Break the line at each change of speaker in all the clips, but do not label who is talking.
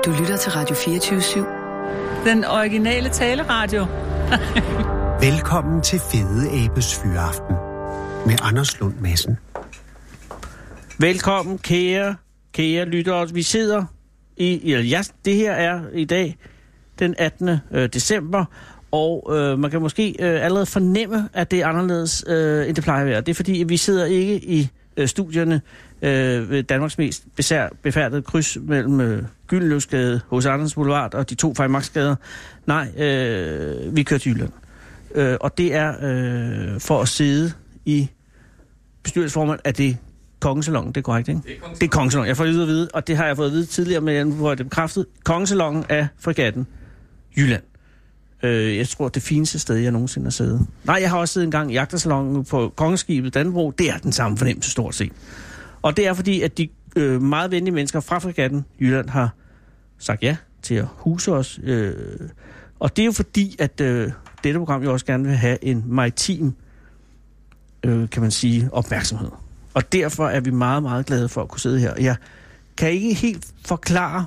Du lytter til Radio 24/7.
Den originale taleradio.
Velkommen til Fede Abes Fyraften med Anders Lund Madsen.
Velkommen, kære lyttere. Vi sidder det her er i dag den 18. december, og man kan måske allerede fornemme, at det er anderledes, end det plejer at være. Det er fordi, vi sidder ikke i studierne ved Danmarks mest befærdede kryds mellem Gyldenløvsgade, H.C. Andersens Boulevard og de to Frederiksmarksgader. Nej, vi kører til Jylland. Og det er for at sidde i bestyrelsesformand af det Kongesalongen. Det er korrekt, ikke? Det er Kongesalongen. Jeg får det at vide, og det har jeg fået at vide tidligere, men hvor det bekræftet. Kongesalongen af Fregatten Jylland. Jeg tror, det fineste sted, jeg nogensinde har siddet. Nej, jeg har også siddet en gang i jagtersalongen på Kongeskibet Dannebrog. Det er den samme fornemmelse stort set. Og det er fordi, at de meget venlige mennesker fra Fregatten Jylland har sagt ja til at huse os. Og det er jo fordi, at dette program jo også gerne vil have en maritim, kan man sige, opmærksomhed. Og derfor er vi meget, meget glade for at kunne sidde her. Jeg kan ikke helt forklare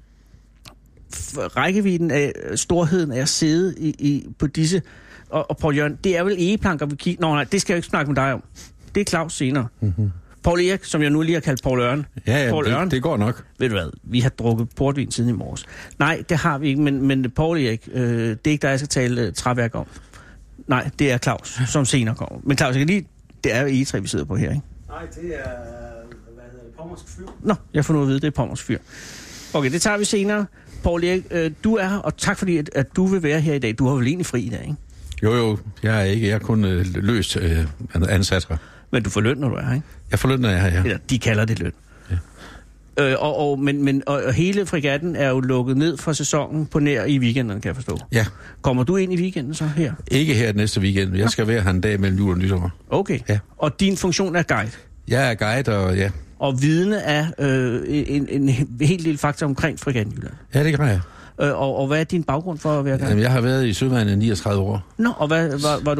rækkevidden af storheden af at sidde på disse. Og Poul Jørgen, det er vel egeplanker, vi kigger. Nå nej, det skal jeg ikke snakke med dig om. Det er Claus senere. Mm-hmm. Poul Erik, som jeg nu lige har kaldt Poul Ørn.
Ja,
Poul Ørn.
Det går nok.
Ved du hvad, vi har drukket portvin siden i morges. Nej, det har vi ikke, men Poul Erik, det er ikke dig, jeg skal tale træværk om. Nej, det er Claus, som senere kommer. Men Claus, det er jo egetræ, vi sidder på her, ikke?
Nej, det er, Pommersk Fyr.
Nå, jeg får nu at vide, det er Pommersk Fyr. Okay, det tager vi senere. Poul Erik, du er her, og tak fordi, at du vil være her i dag. Du har vel egentlig fri i dag, ikke? Jo, jeg er ikke. Jeg er kun løst ansat her. Men du får løn, når du er her, ikke?
Jeg får løn, når jeg er her, ja.
Eller, de kalder det løn. Ja. Og hele Fregatten er jo lukket ned for sæsonen på nær i weekenden, kan jeg forstå.
Ja.
Kommer du ind i weekenden så her?
Ikke her næste weekend. Jeg skal være her en dag mellem jul og nytår. Okay. Ja.
Og din funktion er guide?
Jeg er guide, og ja.
Og vidne er en helt lille faktor omkring Fregatten Jylland?
Ja, det kan jeg.
Og hvad er din baggrund for at være guide?
Jamen, jeg har været i Søværnet i 39 år.
Nå, og hvad var du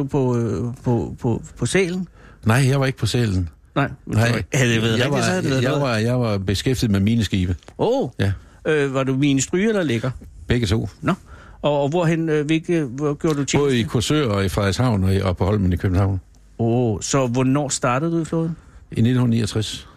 på Sælen?
Nej, jeg var ikke på Sælen.
Nej. Havde det været rigtigt, så havde det været noget?
Jeg var beskæftiget med mineskibe.
Ja. Var du minestryger eller lægger?
Begge to.
Nå. Og hvorhen, hvor gjorde du tjeneste?
Både i Korsør og i Frederikshavn og på Holmen i København.
Så hvornår startede du i flåden?
I 1969.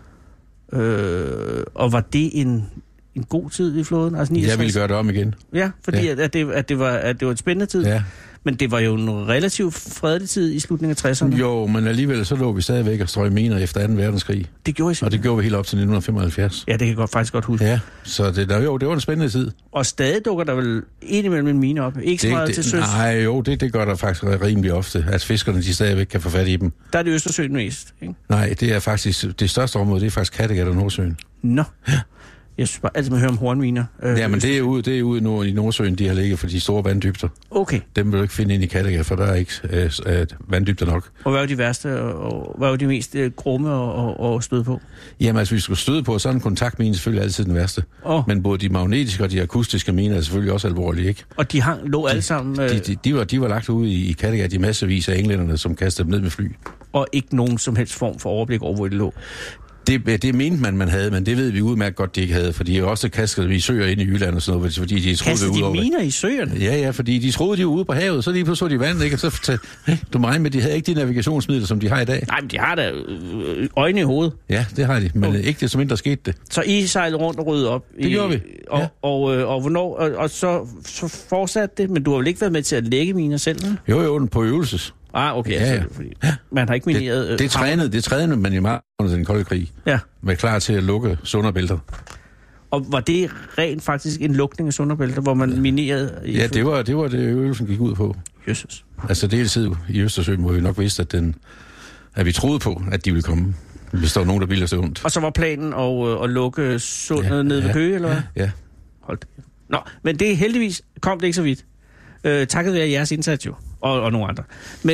Og var det en god tid i flåden? Altså 69?
Jeg ville gøre det om igen.
Ja, fordi at det var en spændende tid.
Ja.
Men det var jo en relativt fredelig tid i slutningen af 60'erne.
Jo, men alligevel så lå vi stadigvæk og strøg miner efter 2. verdenskrig.
Det gjorde I simpelthen.
Og det gjorde vi helt op til 1975.
Ja, det kan jeg faktisk godt huske.
Ja, så det var en spændende tid.
Og stadig dukker der vel indimellem en mine op? Ikke så meget til søs?
Nej, jo, det gør der faktisk rimelig ofte, at fiskerne de stadigvæk kan få fat i dem.
Der er det Østersøen mest, ikke?
Nej, det er faktisk, det største område, det er faktisk Kattegat og Nordsøen.
Nå. Ja. Jeg synes bare altid, man hører om hornminer.
Ja, men det er ude i Nordsøen, de har ligget for de store vanddybder.
Okay.
Dem vil du ikke finde ind i Kattegat, for der er ikke vanddybder nok.
Og hvad er de værste, og hvad er de mest grumme og støde på? Jamen
altså, vi skulle støde på, så er en kontaktmine selvfølgelig altid den værste. Men både de magnetiske og de akustiske miner er selvfølgelig også alvorlige, ikke?
Og de lå alle sammen...
De var lagt ude i Kattegat i massevis af englænderne, som kastede dem ned med fly.
Og ikke nogen som helst form for overblik over, hvor de lå?
Det mente man havde, men det ved vi udmærket godt, de ikke havde, fordi de også kastede vi i søer inde i Jylland og sådan noget, fordi de troede
kastede de miner i søerne?
Ja, fordi de troede, de var ude på havet, så lige pludselig så de vand, ikke? Og så du mener med, de havde ikke de navigationsmidler, som de har i dag.
Nej, men de har da øjne i hovedet.
Ja, det har de, men ikke det som mindre skete det.
Så I sejlede rundt og ryddede op?
Det gjorde vi, ja.
Og hvornår, og så fortsatte det, men du har vel ikke været med til at lægge miner selv? Ne?
Jo, på øvelses.
Okay. Ja. Fordi man har ikke mineret...
Det trænede man jo meget under den kolde krig. Ja. Var klar til at lukke Sunderbælter.
Og var det rent faktisk en lukning af Sunderbælter, hvor man minerede...
Ja, det var det øvelsen gik ud på.
Jesus.
Altså deltid i Østersøen, hvor vi nok vidste, at vi troede på, at de ville komme, hvis der var nogen, der ville os ondt.
Og så var planen at lukke Sundet ned ved Køge, eller hvad?
Ja.
Hold det. Nå, men det heldigvis kom det ikke så vidt. Takket være jeres indsats jo. Og nogle andre.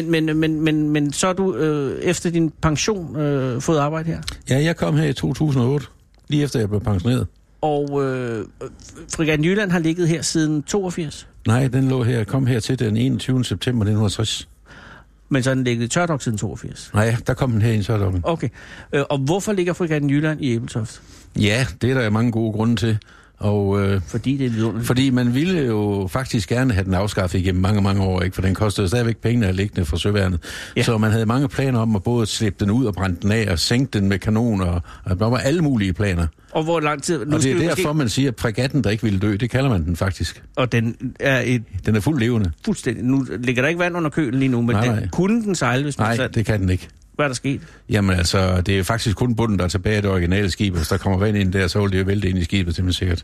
Men så har du efter din pension fået arbejde her?
Ja, jeg kom her i 2008, lige efter jeg blev pensioneret.
Og Fregatten Jylland har ligget her siden 82?
Nej, den kom her til den 21. september 1960.
Men så har den ligget i tørdok siden 82?
Nej, der kom den her i tørdokken.
Okay. Og hvorfor ligger Fregatten Jylland i Ebeltoft?
Ja, det er der mange gode grunde til. Og,
fordi det er vidunderligt.
fordi man ville jo faktisk gerne have den afskaffet igennem mange, mange år, ikke? For den kostede stadigvæk pengene at liggende fra Søværnet. Ja. Så man havde mange planer om at både slippe den ud og brænde den af og sænke den med kanoner, og der var alle mulige planer.
Og hvor lang tid...
Og det er derfor, man siger, at fregatten, der ikke ville dø, det kalder man den faktisk.
Og den er
Den er fuldt levende.
fuldstændig... Nu ligger der ikke vand under kølen lige nu, men
Nej.
kunne den sejle, hvis man
Nej,
satte...
det kan den ikke.
Hvad er der sket?
Jamen altså, det er faktisk kun bunden, der er tilbage af det originale skib. Hvis der kommer vand ind der, så vil det jo vælte ind i skibet, det er sikkert.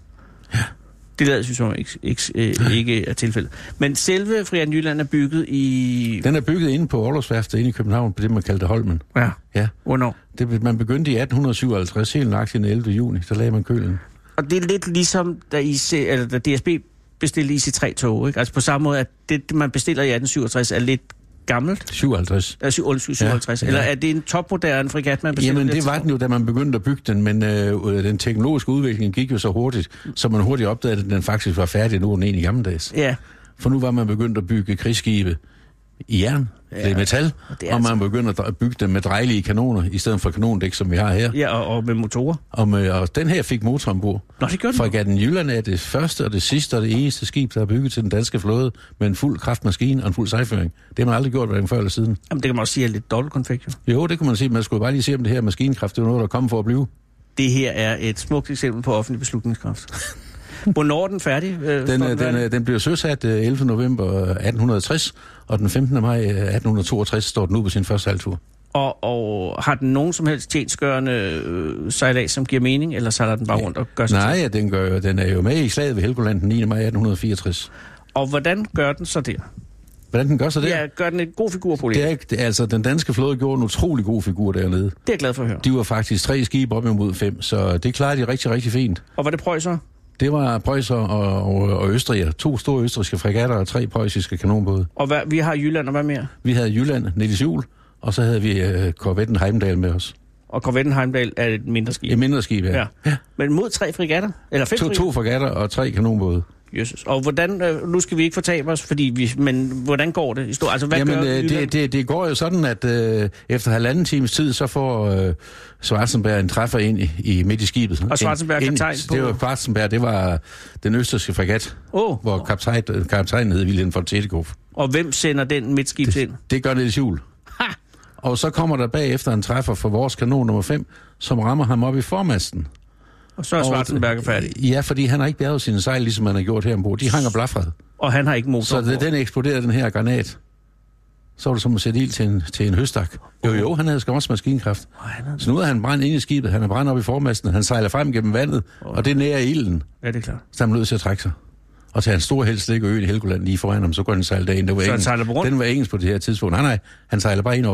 Det lader synes jeg ikke er tilfældet. Men selve Fregatten Jylland er bygget i...
Den er bygget inde på Orlogsværftet inde i København, på det, man kaldte Holmen.
Ja.
Ja.
Hvornår?
Man begyndte i 1857, helt nøjagtigt den 11. juni, så lagde man kølen.
Og det er lidt ligesom, da DSB bestilte IC3-tog, ikke? Altså på samme måde, at det, man bestiller i 1867, er lidt gammelt.
57.
57.
Ja.
Eller er det en topmoderne fregat, man bestiller?
Jamen, det var den jo, da man begyndte at bygge den, men den teknologiske udvikling gik jo så hurtigt, så man hurtigt opdagede, at den faktisk var færdig nu, den egentlig gammeldags.
Ja.
For nu var man begyndt at bygge krigsskibe i jern, eller metal, og man begyndte at bygge dem med drejelige kanoner, i stedet for kanondæk, som vi har her.
Ja, og med motorer.
Og den her fik motor ombord.
Nå, det gør den.
Fregatten Jylland er det første og det sidste og det eneste skib, der er bygget til den danske flåde med en fuld kraftmaskine og en fuld sejlføring. Det har man aldrig gjort hverken før eller siden.
Jamen, det kan man også sige er lidt dobbeltkonfekt, jo.
Jo, det kan man sige. Man skulle bare lige se, om det her maskinkraft, det var noget, der kom for at blive.
Det her er et smukt eksempel på offentlig beslutningskraft. Hvornår er den færdig?
Den blev søsat 11. november 1860, og den 15. maj 1862 står den ud på sin første sejltur.
Og har den nogen som helst tjenstgørende sejlads, som giver mening, eller sejler den bare rundt og gør sig
Nej, ja, den er jo med i slaget ved Helgoland den 9. maj 1864.
Og hvordan gør den så der?
Hvordan den gør så der?
Ja, gør den en god figur på det?
Altså, den danske flåde gjorde en utrolig god figur dernede.
Det er jeg glad for at høre.
De var faktisk 3 skibe op imod 5, så det klarede de rigtig, rigtig fint.
Og var det preussere?
Det var preussere og østrigere. 2 store østrigske fregatter og 3 preussiske kanonbåde.
Og vi har Jylland, og hvad mere?
Vi havde Jylland, Niels Juel, og så havde vi korvetten Heimdall med os.
Og korvetten Heimdall er et mindre skib?
Et mindre skib, ja.
Men mod 3 fregatter? Eller 5 fregatter?
2 fregatter og 3 kanonbåde.
Jesus. Og hvordan, nu skal vi ikke fortabe os, men hvordan går det? Altså, hvad
Jamen,
gør
det går jo sådan, at efter 1,5 times tid, så får Schwarzenberg en træffer ind i midt i skibet.
Og Schwarzenberg kaptajn på?
Det var Schwarzenberg, det var den østrigske fregat, hvor kaptajnen hed Wilhelm von Tegetthoff.
Og hvem sender den midtskibs ind?
Det gør Niels Juel. Og så kommer der bagefter en træffer for vores kanon nummer 5, som rammer ham op i formasten.
Og så er Schwarzenberg færdig?
Ja, fordi han har ikke bjerget sine sejl, ligesom han har gjort her ombord. De hænger blafret.
Og han har ikke motor.
Så den eksploderede, den her granat. Så var det som at sætte ild til en høstak. Jo, han havde sgu også maskinkraft. Så nu er han brændt ind i skibet, han er brændt op i formasten, han sejler frem gennem vandet, og det nærer ilden.
Ja, det er klart.
Så er han nødt til at trække sig. Og tage en stor helst ligge øen i Helgoland lige foran ham, så går han sejle derind. Den var engelsk på det her tidspunkt. Nej, han sejler bare ind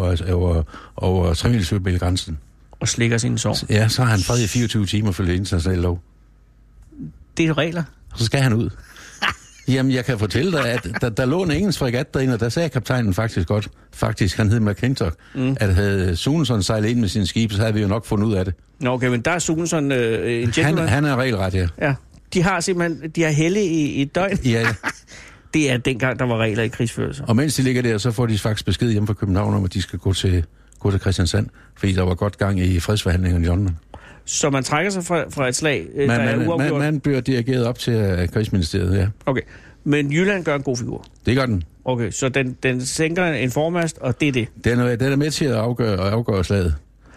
over 3 grænsen.
Og slikker sine sår.
Ja, så har han fred i 24 timer følge international lov.
Det er regler.
Så skal han ud. Jamen, jeg kan fortælle dig, at der lå en engelsk fregat derinde, og der sagde kaptajnen faktisk godt, han hed McClintock, at havde Sunesson sejlet ind med sine skibe, så havde vi jo nok fundet ud af det.
Nå, okay, men der er Sunesson en gentleman.
Han er regelret, ja.
Ja, de har helle i et døgn.
Ja.
Det er dengang, der var regler i krigsførelse.
Og mens de ligger der, så får de faktisk besked hjemme fra København om, at de skal gå til Christiansand, fordi der var godt gang i fredsforhandlingerne i London.
Så man trækker sig fra et slag, der er uafgjort?
Man bliver dirigeret op til Krigsministeriet, ja.
Okay, men Jylland gør en god figur?
Det gør den.
Okay, så den sænker en formast, og det er det? Den
er med til at afgøre slaget.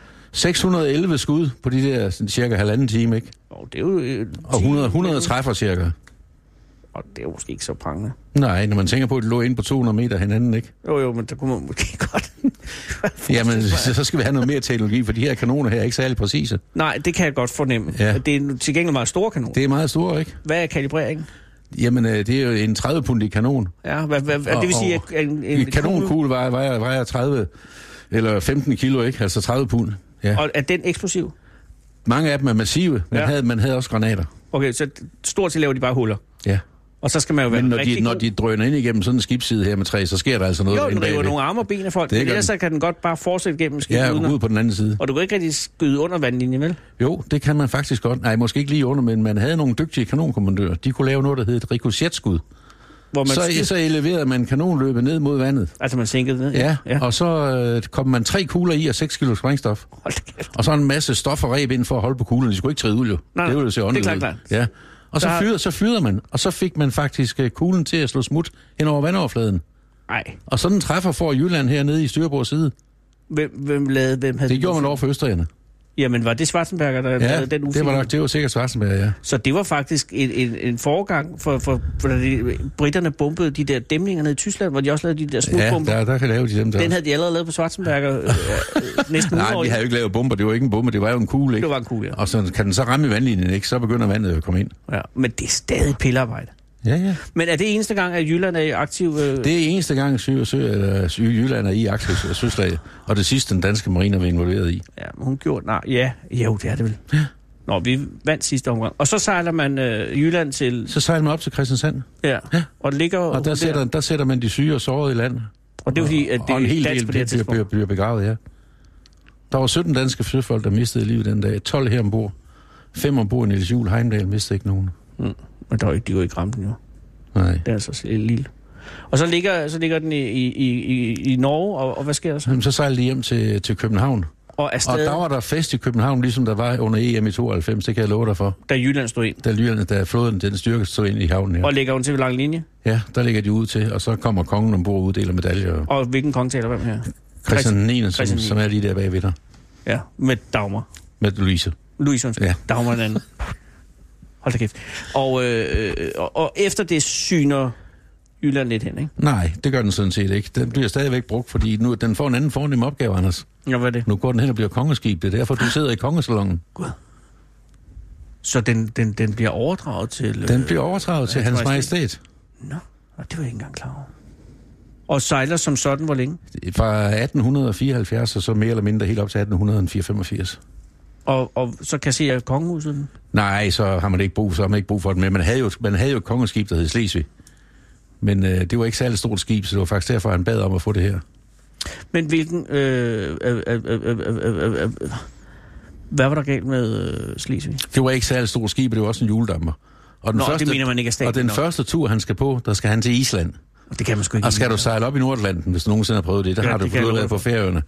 611 skud på de der cirka 1,5 time, ikke?
Det er jo...
Og 100 træffer cirka.
Og det er jo måske ikke så prangende.
Nej, når man tænker på, at det lå inde på 200 meter hinanden, ikke?
Jo, men der kunne man måske godt...
Jamen, så skal vi have noget mere teknologi, for de her kanoner her er ikke særlig præcise.
Nej, det kan jeg godt fornemme. Ja. Det er til gengæld meget store kanoner.
Det er meget store, ikke?
Hvad er kalibreringen?
Jamen, det er jo en 30-pundig kanon.
Ja, det vil sige, at en
kanonkugle vejer 30 eller 15 kilo, ikke? Altså 30 pund. Ja.
Og er den eksplosiv?
Mange af dem er massive, men man havde også granater.
Okay, så stort set laver de bare huller?
Ja.
Og så skal man jo være
når de drøner ind igennem sådan en skibsside her med træ, så sker der altså noget.
Jo, den river nogle arme og ben af folk, men ellers så kan den godt bare fortsætte gennem skibet.
Ja, ud på den anden side.
Og du kan ikke rigtig skyde under vandlinjen, vel?
Jo, det kan man faktisk godt. Nej, måske ikke lige under, men man havde nogle dygtige kanonkommandører. De kunne lave noget, der hed et ricochet-skud.
hvor man
så eleverede man kanonløbet ned mod vandet.
Altså man sænkede det ned?
Ja. Og så kom man 3 kugler i og 6 kilo sprængstof. Og så en masse stof og reb ind for at holde på kuglerne. De skulle ikke træde ud jo.
Nej,
det ville jo se åndeligt
ud.
Ja. Og så fyrede man, og så fik man faktisk kuglen til at slå smut hen over vandoverfladen.
Nej.
Og sådan en træffer får Jylland hernede i styrbord side.
Hvem havde
det gjorde man over for østrigerne.
Jamen, var det Schwarzenberger, der lavede den ufilm?
det var sikkert Schwarzenberger, ja.
Så det var faktisk en forgang for britterne bombede de der dæmninger nede i Tyskland, hvor de også lavede de der smutbomber.
Ja, der kan lave de dem der.
Den havde de allerede lavet på Schwarzenberger næsten
Nej, de havde jo ikke lavet bomber. Det var ikke en bombe, det var jo en kugle, ikke?
Det var en kugle, ja.
Og så kan den så ramme i vandlinjen, ikke? Så begynder vandet at komme ind.
Ja, men det er stadig pillearbejde.
Ja.
Men er det eneste gang, at Jylland er aktiv? Det
er eneste gang, Jylland er i aktiv søslag, og det sidste, den danske marine var involveret i.
Ja, hun gjorde... Nej, jo, det er det vel.
Ja.
Nå, vi vandt sidste omgang. Og så sejler man Jylland til...
Så sejler man op til Christiansand.
Ja. Og ligger...
Og der sætter man de syge og sårede i land.
Og det er fordi, at det
og en hel
del
bliver begravet, ja. Der var 17 danske søfolk, der mistede livet den dag. 12 her ombord. 5 ombord i Niels Juel. Heimdal mistede ikke nogen.
Men de var ikke ramt den jo.
Nej.
Det er altså lille. Og så ligger den i Norge, og hvad sker der så?
Jamen, så sejlede de hjem til København.
Og
der var der fest i København, ligesom der var under EM i 92, det kan jeg love dig for.
Da Jylland stod ind?
Da floden, den styrke, stod ind i havnen her.
Og ligger hun til ved lang linje?
Ja, der ligger de ud til, og så kommer kongen ombord og uddeler medaljer.
Og hvilken konge taler hvem her?
Christian 9, som er lige der bagved dig.
Ja, med Dagmar.
Med Louise.
Ja. Dagmar den anden. Hold da kæft. Og efter det syner Jylland lidt hen, ikke?
Nej, det gør den sådan set ikke. Den bliver stadigvæk brugt, fordi nu den får en anden fornem opgave, Anders.
Ja, hvad er det?
Nu går den hen og bliver kongeskib. Det er derfor, du sidder i kongesalongen.
Gud. Så den bliver overdraget til...
Den bliver overdraget til Hans Majestæt.
Nå, og det var jeg ikke engang klar over. Og sejler som sådan, hvor længe?
Fra 1874, og så mere eller mindre helt op til 1885.
Og så kasserer kongehuset den?
Nej, så har man ikke brug for den. Men man havde jo et kongeskib, der hed Slesvig. Men det var ikke særlig stort skib, så det var faktisk derfor, han bad om at få det her.
Men hvilken... hvad var der galt med Slesvig?
Det var ikke særlig stort skib, det var også en juledammer. Og den første,
det mener man ikke er staten.
Og den første tur, han skal på, der skal han til Island.
Det kan man sgu ikke.
Og skal du sejle op i Nordatlanten, hvis du nogensinde har prøvet det. Der har du fået været på Færøerne.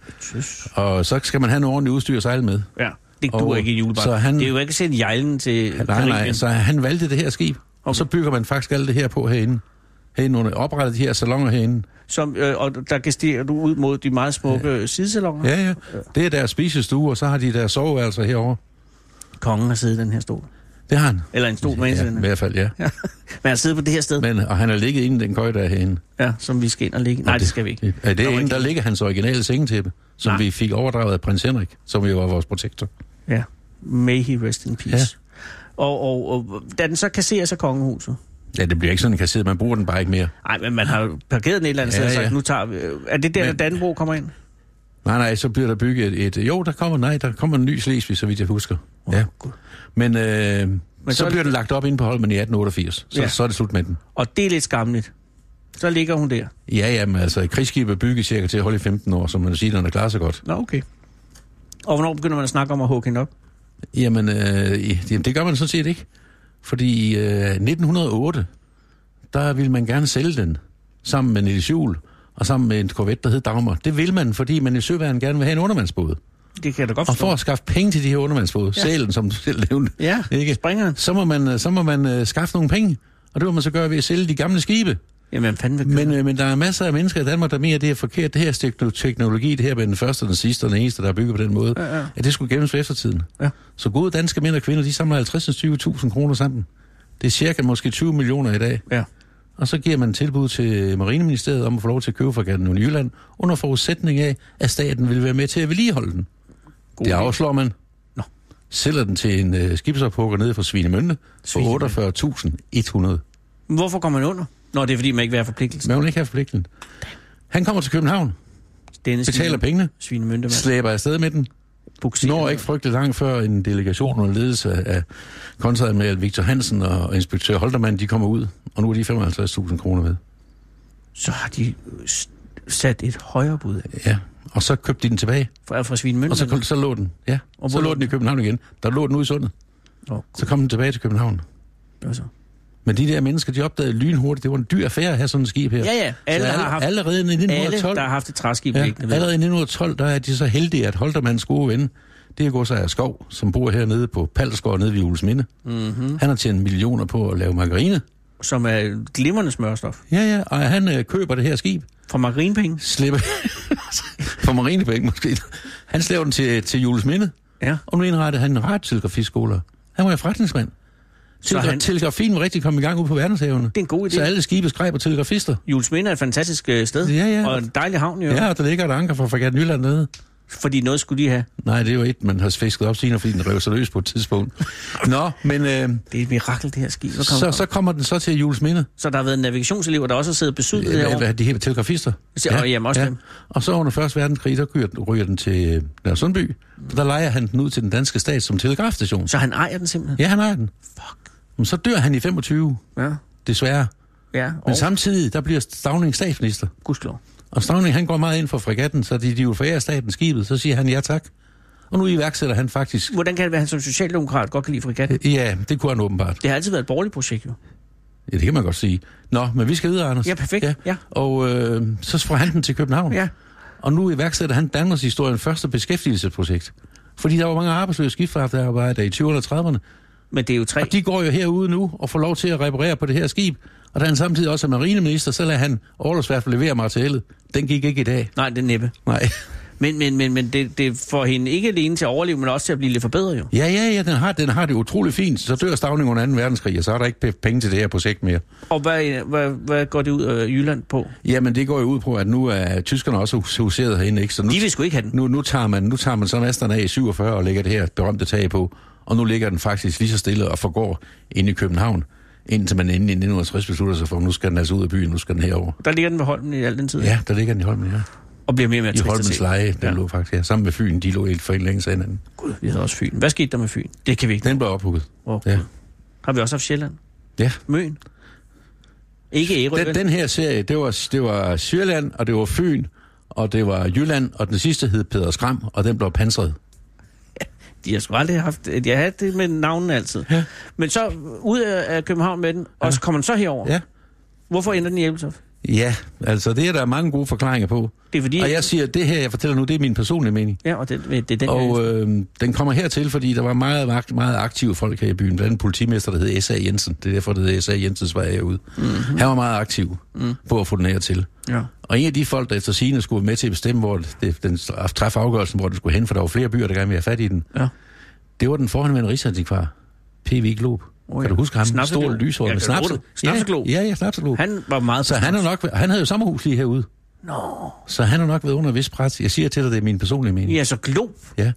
Og så skal man have noget ordentligt udstyr at sejle med.
Ja, det duer ikke i julebart. Det er jo ikke sendt jejlen til...
Nej, så han valgte det her skib. Okay. Og så bygger man faktisk alt det her på herinde. Herinde oprettet de her salonger herinde.
Og der gestiger du ud mod de meget smukke sidesalonger?
Ja. Det er deres spisestue, og så har de deres soveværelser herovre.
Kongen har siddet i den her stol?
Det har han.
Eller en stol med i
hvert fald, ja.
Men han sidder på det her sted?
Og han har ligget inde i den køje, der er herinde.
Ja, som vi skal ind og ligge. Nej, det skal vi ikke.
Det er inde, der ligger hans originale sengetæppe, som vi fik overdraget af prins Henrik, som jo var vores protektor.
Ja, may he rest in peace. Ja. Og da den så kasserer sig kongehuset?
Ja, det bliver ikke sådan kasseret. Man bruger den bare ikke mere.
Nej, men man har jo parkeret den et eller andet sted og sagt, nu tager vi... Er det der, Dannebrog kommer ind?
Nej, så bliver der bygget der kommer en ny Slesvig, så vidt jeg husker. Ja. Men så bliver den lagt op inde på Holmen i 1888. Så er det slut med den.
Og det er lidt skamligt. Så ligger hun der.
Ja, men altså, krigsskib er bygget cirka til at holde i 15 år, så man siger, at den klarer sig godt.
Nå, okay. Og hvornår begynder man at snakke om at hugge hende op?
Jamen, det gør man sådan set ikke. Fordi i 1908, der ville man gerne sælge den, sammen med Niels Juel, og sammen med en korvet, der hed Dagmar. Det vil man, fordi man i søværden gerne vil have en undervandsbåd.
Det kan jeg da godt forstå.
Og for at skaffe penge til de her undervandsbåde, sælen, som du selv nævnte,
springeren,
så må man skaffe nogle penge. Og det må man så gøre ved at sælge de gamle skibe.
Jamen,
men der er masser af mennesker i Danmark, der mener, at det er forkert. Det her teknologi, det her med den første, den sidste og den eneste, der er bygget på den måde, at det skulle gemmes for eftertiden. Ja. Så gode danske mænd og kvinder, de samler 50-20.000 kroner sammen. Det er cirka måske 20 millioner i dag. Ja. Og så giver man tilbud til Marineministeriet om at få lov til at købe fregatten i Jylland, under forudsætning af, at staten vil være med til at vedligeholde den. Det afslår man. Sælger den til en skibsophugger nede fra Svinemünde for 48.100. Hvorfor
kommer man under? Nå, det er fordi, man ikke vil have forpligtelsen.
Man vil ikke have forpligtelsen. Han kommer til København, betaler pengene, slæber afsted med den, når ikke frygteligt langt før en delegation under ledelse af kontreadmiral Victor Hansen og inspektør Holtermann, de kommer ud, og nu er de 55.000 kroner med.
Så har de sat et højere bud.
Ja, og så købte de den tilbage.
Fra Svinemünde?
Og så lå den, ja. Og så lå den i København igen. Der lå den ude i Sundet. Så kom den tilbage til København.
Hvad så?
Men de der mennesker, de opdagede lynhurtigt, det var en dyr affære at have sådan et skib her.
Ja.
Allerede i 1912...
Alle, der har haft et træskib.
Ja, allerede i 1912, der er de så heldige, at Holtermanns gode ven, det er Godsejer Skov, som bor hernede på Palsgård nede ved Juelsminde. Mm-hmm. Han har tjent millioner på at lave margarine.
Som er glimrende smørstof.
Ja, og han køber det her skib.
For margarinepenge?
For marinepenge måske. Han slæver den til Juelsminde. Ja. Og nu indrettede han en radiotelegrafiskoler. Han var jo forretningsmand. Telegrafien var rigtig kommet i gang ude på verdenshavene.
Det er en god idé.
Så alle skibe skrev på telegrafister.
Juelsminde er et fantastisk sted.
Ja.
Og en dejlig havn, jo.
Ja, og der ligger et anker fra Fregatten Jylland nede.
Fordi noget skulle de have.
Nej, det var et, man har fisket op senere, fordi den rev sig løs på et tidspunkt. Nå, men... det er
et mirakel, det her skib.
Så kommer den så til Juelsminde.
Så der har været navigationselever, der også har siddet besudlet derovre?
De her telegrafister.
Og jamen også dem.
Og så under 1. verdenskrig, der ryger den til Nørresundby. Der lejer han den ud til den danske stat som telegrafstation.
Så han ejer den simpelthen?
Ja, han ejer den.
Fuck.
Men så dør han i 25. Ja. Desværre.
Ja.
Men samtidig, der bliver Stauning statsminister.
Gudslov.
Og Stauning, han går meget ind for fregatten, så de jo forærer staten skibet. Så siger han ja tak. Og nu iværksætter han faktisk...
Hvordan kan det være, at han som socialdemokrat godt kan lide fregatten?
Ja, det kunne han åbenbart.
Det har altid været et borgerligt projekt, jo.
Ja, det kan man godt sige. Nå, men vi skal videre, Anders.
Ja, perfekt. Ja.
Og så får han den til København. Ja. Og nu iværksætter han Danmarks historiens første beskæftigelsesprojekt. Fordi der var mange arbejdsløse skibsfartsarbejdere i 20'erne og 30'erne.
Men det er jo 3.
Og de går jo herude nu og får lov til at reparere på det her skib. Og da han samtidig også er marineminister, så lader han orlogsværftet levere materialet. Den gik ikke i dag.
Nej, det er næppe.
Nej.
Men det får hende ikke alene til at overleve, men også til at blive lidt forbedret, jo.
Ja, den har det utroligt fint. Så dør Stauning under 2. verdenskrig, og så er der ikke penge til det her projekt mere.
Og hvad går det ud af Jylland på?
Jamen, det går jo ud på, at nu er tyskerne også huseret herinde, ikke? Så nu,
de vil sgu ikke have den.
Nu tager man så masterne af i 47 og lægger det her berømte tag på. Og nu ligger den faktisk lige så stille og forgår inde i København, indtil man inden i 1960 beslutter sig for, nu skal den altså ud af byen, nu skal den herover.
Der ligger den ved Holmen i al den tid?
Ja, der ligger den i Holmen, ja.
Og bliver mere og mere trist.
I Holmens Leje, den lå faktisk, ja. Sammen med Fyn, de lå helt for en længe af hinanden.
Gud, vi havde også Fyn. Hvad skete der med Fyn? Det kan vi ikke.
Den blev ophugget.
Ja. Har vi også haft Sjælland?
Ja.
Møn? Ikke Ærø.
Den her serie, det var Sjælland, og det var Fyn, og det var Jylland, og den sidste hed Peder Skram, og den blev pansret.
De har sgu aldrig haft... Jeg havde det med navnene altid. Ja. Men så ud af København med den, og så kommer den så herover. Ja. Hvorfor ender den i Ebeltoft?
Ja, altså det er der mange gode forklaringer på.
Det er fordi...
Og jeg siger, at det her, jeg fortæller nu, det er min personlige mening.
Ja, og det er den...
Og den kommer hertil, fordi der var meget aktive folk her i byen. Blandt andet en politimester, der hed S.A. Jensen. Det er derfor, det hedder S.A. Jensens vej herude. Mm-hmm. Han var meget aktiv på at få den her til. Ja. Og en af de folk, der efter sigende skulle være med til at bestemme, hvor den træffe afgørelsen, hvor den skulle hen, for der var flere byer, der gerne ville have fat i den. Ja. Det var den forhenværende rigsantikvar, P.V. Glob. Kan du huske ham? Stor lyshår med
Snapseglob.
Ja, Snapseglob.
Han var meget...
Så han havde jo sommerhus lige herude.
Nå.
Så han har nok været under vis pres. Jeg siger til dig, det er min personlige mening.
Ja, så Glob.
Ja.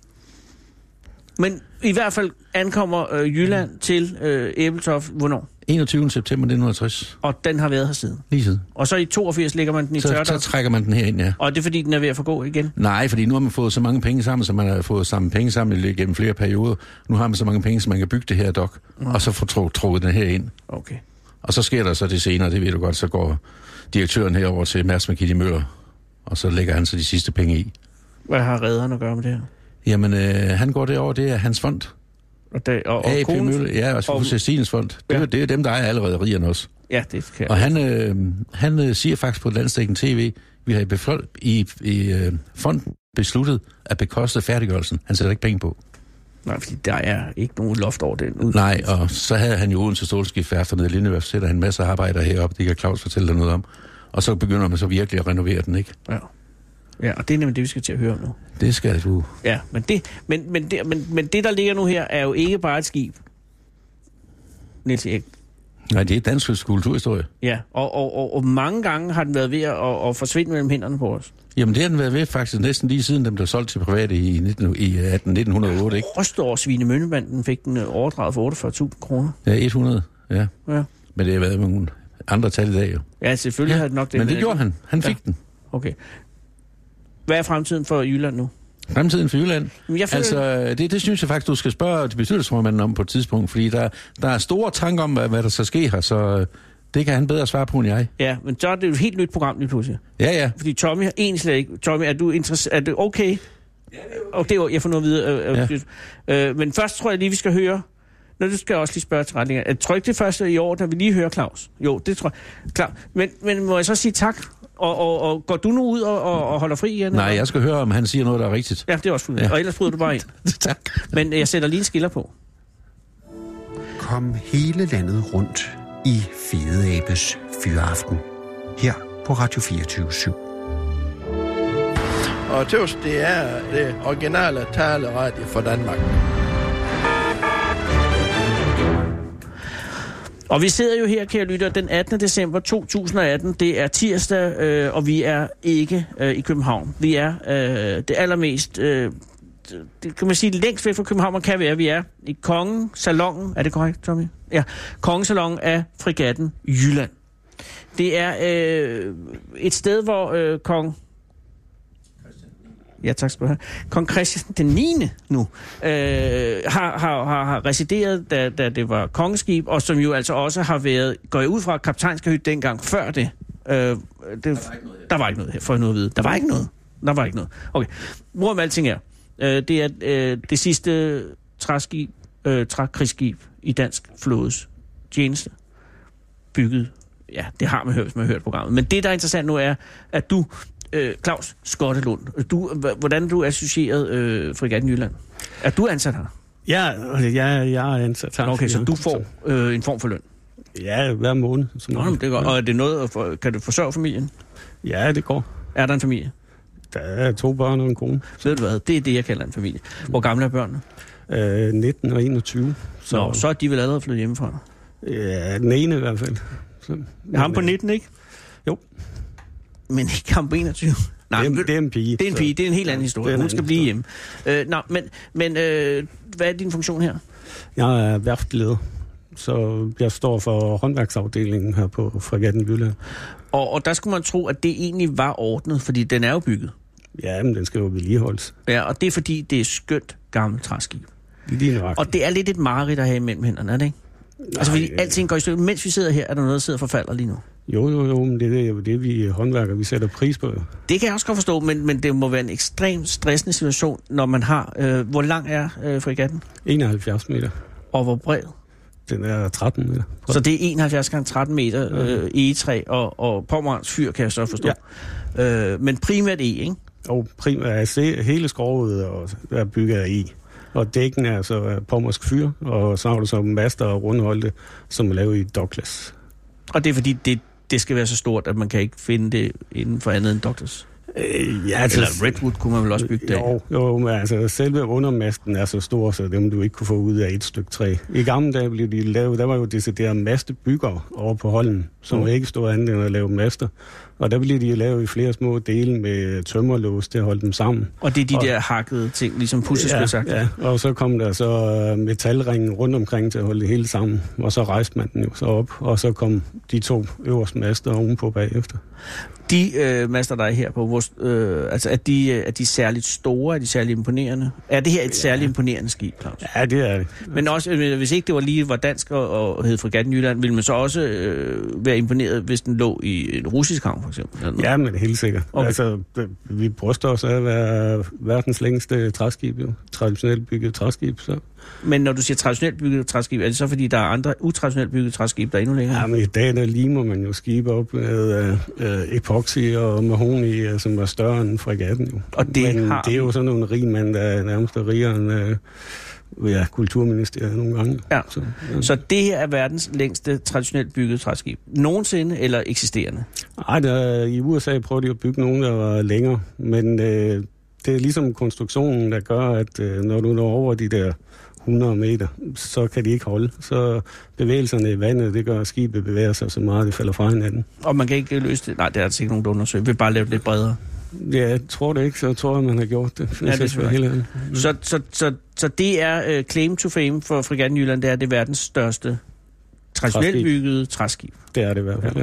Men i hvert fald ankommer Jylland til Ebeltoft, hvornår?
21. september 1960.
Og den har været her siden?
Lige siden.
Og så i 82 lægger man den i tørter?
Så trækker man den herind, ja.
Og det er fordi, den er ved at forgå igen?
Nej, fordi nu har man fået så mange penge sammen, så man har fået sammen penge sammen gennem flere perioder. Nu har man så mange penge, så man kan bygge det her dok, og så få trukket den her ind.
Okay.
Og så sker der så det senere, det ved du godt, så går direktøren herover til Mads McKitty Møller, og så lægger han så de sidste penge i. Hvad
har rederen at gøre med det her?
Jamen, han går derover, det er hans fond.
Og
Mølle, ja, og Cecilens fond. Det er dem, der ejer alle rederierne også.
Ja, det kan.
Og han siger faktisk på landsdækkende tv, vi har i fonden besluttet at bekoste færdiggørelsen. Han sætter ikke penge på.
Nej, fordi der er ikke nogen loft over den.
Nej, og så havde han jo Odense Stålskibsværfter nede i Lindeværf, sætter han en masse arbejder heroppe, det kan Claus fortælle dig noget om. Og så begynder man så virkelig at renovere den, ikke?
Ja. Ja, og det er nemlig det, vi skal til at høre om nu.
Det skal du.
Ja, men det, der ligger nu her, er jo ikke bare et skib. Niels Erik.
Nej, det er dansk kulturhistorie.
Ja, og mange gange har den været ved at forsvinde mellem hænderne på os.
Jamen, det har den været ved faktisk næsten lige siden den blev solgt til private i 1908, ikke?
Rostår Svinemøllebanden fik den overdraget for 48.000 kroner.
Ja, 100, ja. Men det har været med nogle andre tal i dag, jo.
Ja, selvfølgelig har det nok det.
Men det gjorde han. Han fik den.
Okay. Hvad er fremtiden for Jylland nu?
Fremtiden for Jylland? Altså, det synes jeg faktisk, du skal spørge bestyrelsesformanden om på et tidspunkt, fordi der er store tanker om, hvad der så sker her, så det kan han bedre svare på end jeg.
Ja, men så er det jo et helt nyt program lige pludselig.
Ja.
Fordi Tommy har egentlig slet ikke... Tommy, er du interesseret? Er det okay? Ja, det er okay. Jeg får noget at vide. Men først tror jeg lige, vi skal høre Nå, du skal også lige spørge til retninger. Tryk det første i år, da vi lige hører Claus. Jo, det tror jeg. Klar. Men må jeg så sige tak? Og går du nu ud og holder fri igen?
Nej, jeg skal høre, om han siger noget, der er rigtigt.
Ja, det er også fuldt. Ja. Og ellers bryder du bare ind.
Tak.
Men jeg sætter lige en skiller på.
Kom hele landet rundt i Fede Abes Fyraften. Her på Radio 24/7.
Og tøvs, det er det originale taleradio for Danmark.
Og vi sidder jo her, kære lytter, den 18. december 2018. Det er tirsdag, og vi er ikke i København. Vi er det allermest, det kan man sige, længst væk fra København, man kan være. Vi er i Kongesalongen. Er det korrekt, Tommy? Ja, Kongesalongen af Fregatten Jylland. Det er et sted, hvor Ja, tak skal du have. Kong Christian den 9. nu har resideret, da det var kongeskib, og som jo altså også har været, går jeg ud fra, kaptajnskerhyt dengang før det. Der var ikke noget her, for nu at vide. Der var ikke noget. Okay. Hvorom alting er, det er det sidste trækrigsskib i dansk flådes tjeneste. Bygget, ja, det har man hørt, hvis man har hørt programmet. Men det, der er interessant nu, er, at du, Claus Skottelund, hvordan du er associeret Fregatten Jylland? Er du ansat her?
Ja, jeg er ansat her.
Okay, så du får en form for løn?
Ja, hver måned.
Nå, det er godt. Og er det noget, kan du forsørge familien?
Ja, det går.
Er der en familie?
Der er 2 børn og en kone.
Ved du hvad? Det er det, jeg kalder en familie. Hvor gamle er børnene?
19 og 21.
Så er de vel allerede flyttet hjemmefra?
Ja, den ene i hvert fald.
Ham på 19, ikke?
Jo.
Men ikke ham på 21? Nej,
det er en pige.
Det er en pige, det er en helt anden historie. Hun skal blive hjemme. Men hvad er din funktion her?
Jeg er værftleder, så jeg står for håndværksafdelingen her på Fregatten Jylland.
Og der skulle man tro, at det egentlig var ordnet, fordi den er jo bygget.
Ja, men den skal jo vedligeholdes.
Ja, og det er fordi, det er skønt gammelt træskib. Og det er lidt et mareridt at have imellem hænderne, er det ikke? Altså, fordi alting går i stykker. Mens vi sidder her, er der noget, der sidder og forfalder lige nu.
Jo, men det er jo det, vi håndværker, vi sætter pris på.
Det kan jeg også godt forstå, men det må være en ekstremt stressende situation, når man har... hvor lang er fregatten?
71 meter.
Og hvor bred?
Den er 13 meter.
Så det er 71 gange 13 meter egetræ, og Pommerans fyr, kan jeg så forstå. Ja. Men primært ikke?
Og primært hele skroget er bygget af og dækken er så pommersk fyr, og så har du så master og rundholde, som er lavet i Douglas.
Og det er fordi, det skal være så stort, at man kan ikke finde det inden for andet end Douglas?
Ja,
eller Redwood kunne man vel også bygge det?
Jo, men altså selve undermasten er så stor, så dem du ikke kunne få ud af et stykke træ. I gamle dage blev de lavet, der var jo decideret mastebyggere over på Holmen, som ikke stod andet end at lave master. Og der blev de lavet i flere små dele med tømmerlås til at holde dem sammen.
Og det er de der hakkede ting, ligesom puslespilsagt?
Ja, og så kom der så metalringen rundt omkring til at holde det hele sammen. Og så rejste man den jo så op, og så kom de 2 øverste master ovenpå bagefter.
De master, der er her på, altså er de særligt store, er de særligt imponerende? Er det her et særligt imponerende skib, Claus?
Ja, det er det.
Men også, hvis ikke det var dansk og hed Fregatten Jylland, ville man så også være imponeret, hvis den lå i en russisk havn, for eksempel?
Ja, men helt sikkert. Okay. Altså, vi bryster os af at være verdens længste træskib, jo. Traditionelt bygget træskib, så...
Men når du siger traditionelt bygget træskib, er det så fordi, der er andre utraditionelt bygget træskib, der er endnu længere?
Ja, men i dag der limer man jo skibe op med epoxy og mahogni, som er større end fregatten. Jo.
Og det
er jo sådan nogle rigmænd, der er nærmest rigere end Kulturministeriet nogle gange.
Ja. Så det her er verdens længste traditionelt bygget træskib. Nogensinde eller eksisterende?
Nej, i USA prøver de at bygge nogen, der var længere, men det er ligesom konstruktionen, der gør, at når du når over de der 100 meter, så kan de ikke holde. Så bevægelserne i vandet, det gør, at skibet bevæger sig så meget, det falder fra hinanden. Og
man kan ikke løse det? Nej, det er altså ikke nogen, der undersøger. Vi vil bare lave det lidt bredere.
Ja, jeg tror det ikke, så tror jeg, man har gjort det.
Ja, det er helt så det er claim to fame for Fregatten Jylland, det er det verdens største traditionelt byggede træskib.
Det er det i hvert fald,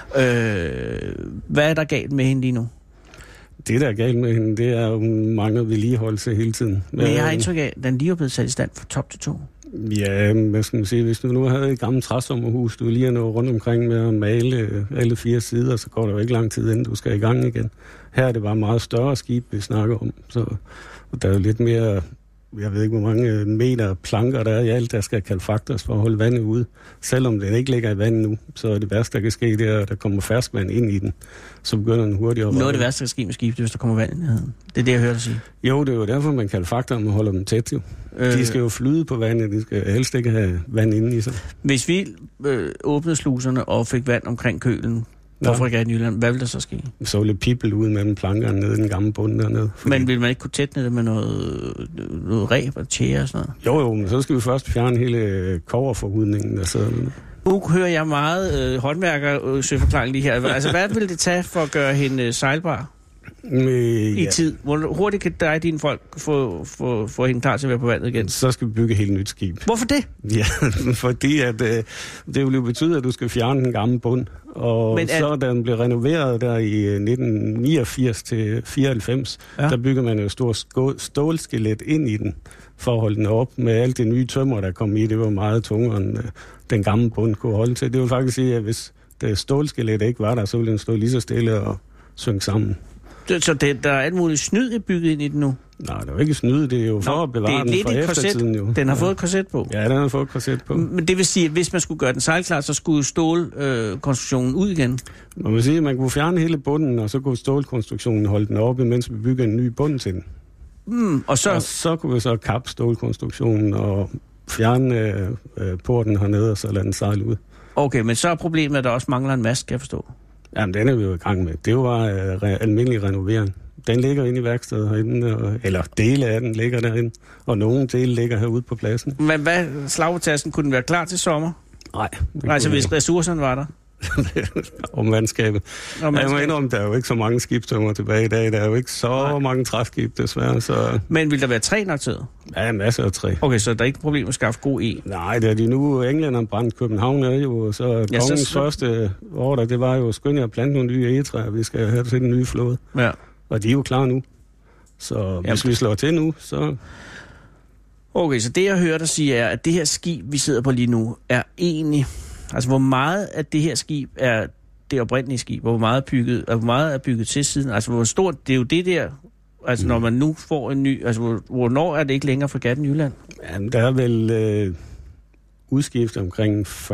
ja.
Hvad er der galt med hende lige nu?
Det, der er galt med hende, det er jo mangler vedligeholdelse hele tiden.
Men jeg har indtryk af, at den lige er blevet sat i stand fra top til to.
Ja, hvad skal man sige, hvis du nu havde et gammelt træsommerhus, du lige er nået rundt omkring med at male alle 4 sider, så går der jo ikke lang tid, inden du skal i gang igen. Her er det bare meget større skib, vi snakker om, så der er jo lidt mere jeg ved ikke, hvor mange meter planker der er i alt, der skal kalfaktres for at holde vandet ude. Selvom den ikke ligger i vandet nu, så er det værste, der kan ske, det er, at der kommer ferskvand ind i den. Så begynder den hurtigt at...
Noget af det værste, der kan ske med skibet, hvis der kommer vand ind i nærheden. Det er det, jeg hørte dig sige.
Jo, det er jo derfor, man kalfakter, man holder dem tæt jo. De skal jo flyde på vandet, de skal helst ikke have vand inde i sig.
Hvis vi åbnede sluserne og fik vand omkring kølen på Fregatten Jylland, hvad ville der så ske?
Så ville det pible ud mellem plankerne nede i den gamle bund dernede.
Men ville man ikke kunne tætne det med noget ræb og tjære og sådan noget?
Jo, men så skal vi først fjerne hele koverforhudningen, der sidder.
Nu hører jeg meget håndværker-søforklaring lige her. Altså, hvad vil det tage for at gøre hende sejlbar i tid? Hvor hurtigt kan dig og dine folk få hende klar til at være på vandet igen?
Så skal vi bygge et helt nyt skib.
Hvorfor det?
Ja, fordi at, det vil jo betyde, at du skal fjerne den gamle bund. Og så da den blev renoveret der i 1989 til 94, der bygger man jo et stort stålskelet ind i den, for at holde den op med alt det nye tømmer, der kom i. Det var meget tungere, end den gamle bund kunne holde til. Det vil faktisk sige, at hvis det stålskelet ikke var der, så ville den stå lige så stille og synke sammen.
Så der er alt muligt snyd bygget ind i den nu?
Nej, det er jo ikke snyd, det er jo for at bevare den for eftertiden jo.
Den har fået et korset på?
Ja, den har fået et korset på.
Men det vil sige, at hvis man skulle gøre den sejlklar, så skulle stålkonstruktionen ud igen?
Man vil sige, at man kunne fjerne hele bunden, og så kunne stålkonstruktionen holde den oppe, mens vi bygger en ny bund til den. Og så kunne vi så kappe stålkonstruktionen og fjerne porten hernede, og så lade den sejle ud.
Okay, men så er problemet, at der også mangler en mast, kan jeg forstå?
Jamen, den er vi jo i gang med. Det var almindelig renovering. Den ligger inde i værkstedet herinde, eller dele af den ligger derinde, og nogle dele ligger herude på pladsen. Men
hvad, slagtasken, kunne den være klar til sommer?
Nej.
Altså, hvis ressourcerne var der?
Om mandskabet. Jeg må indrømme, der er jo ikke så mange skibstømmer tilbage i dag. Der er jo ikke så mange træskib, desværre. Så...
Men vil der være træ nok til?
Ja, masser af træ.
Okay, så der er ikke et problem at skaffe god e?
Nej, det er de nu. Englænderne brændte København er jo, så kongens første ordre, det var jo skyndt at plante nogle nye egetræer. Vi skal have til den nye flåde. Ja. Og de er jo klar nu. Så hvis vi slår til nu, så...
Okay, så det jeg hører dig sige er, at det her skib, vi sidder på lige nu, er egentlig... Altså, hvor meget af det her skib er det oprindelige skib? Hvor meget er bygget til siden? Altså, hvor stort... Det er jo det der... Altså, når man nu får en ny... Altså, hvornår er det ikke længere Fregatten Jylland?
Jamen, der er vel udskiftet omkring 40-50%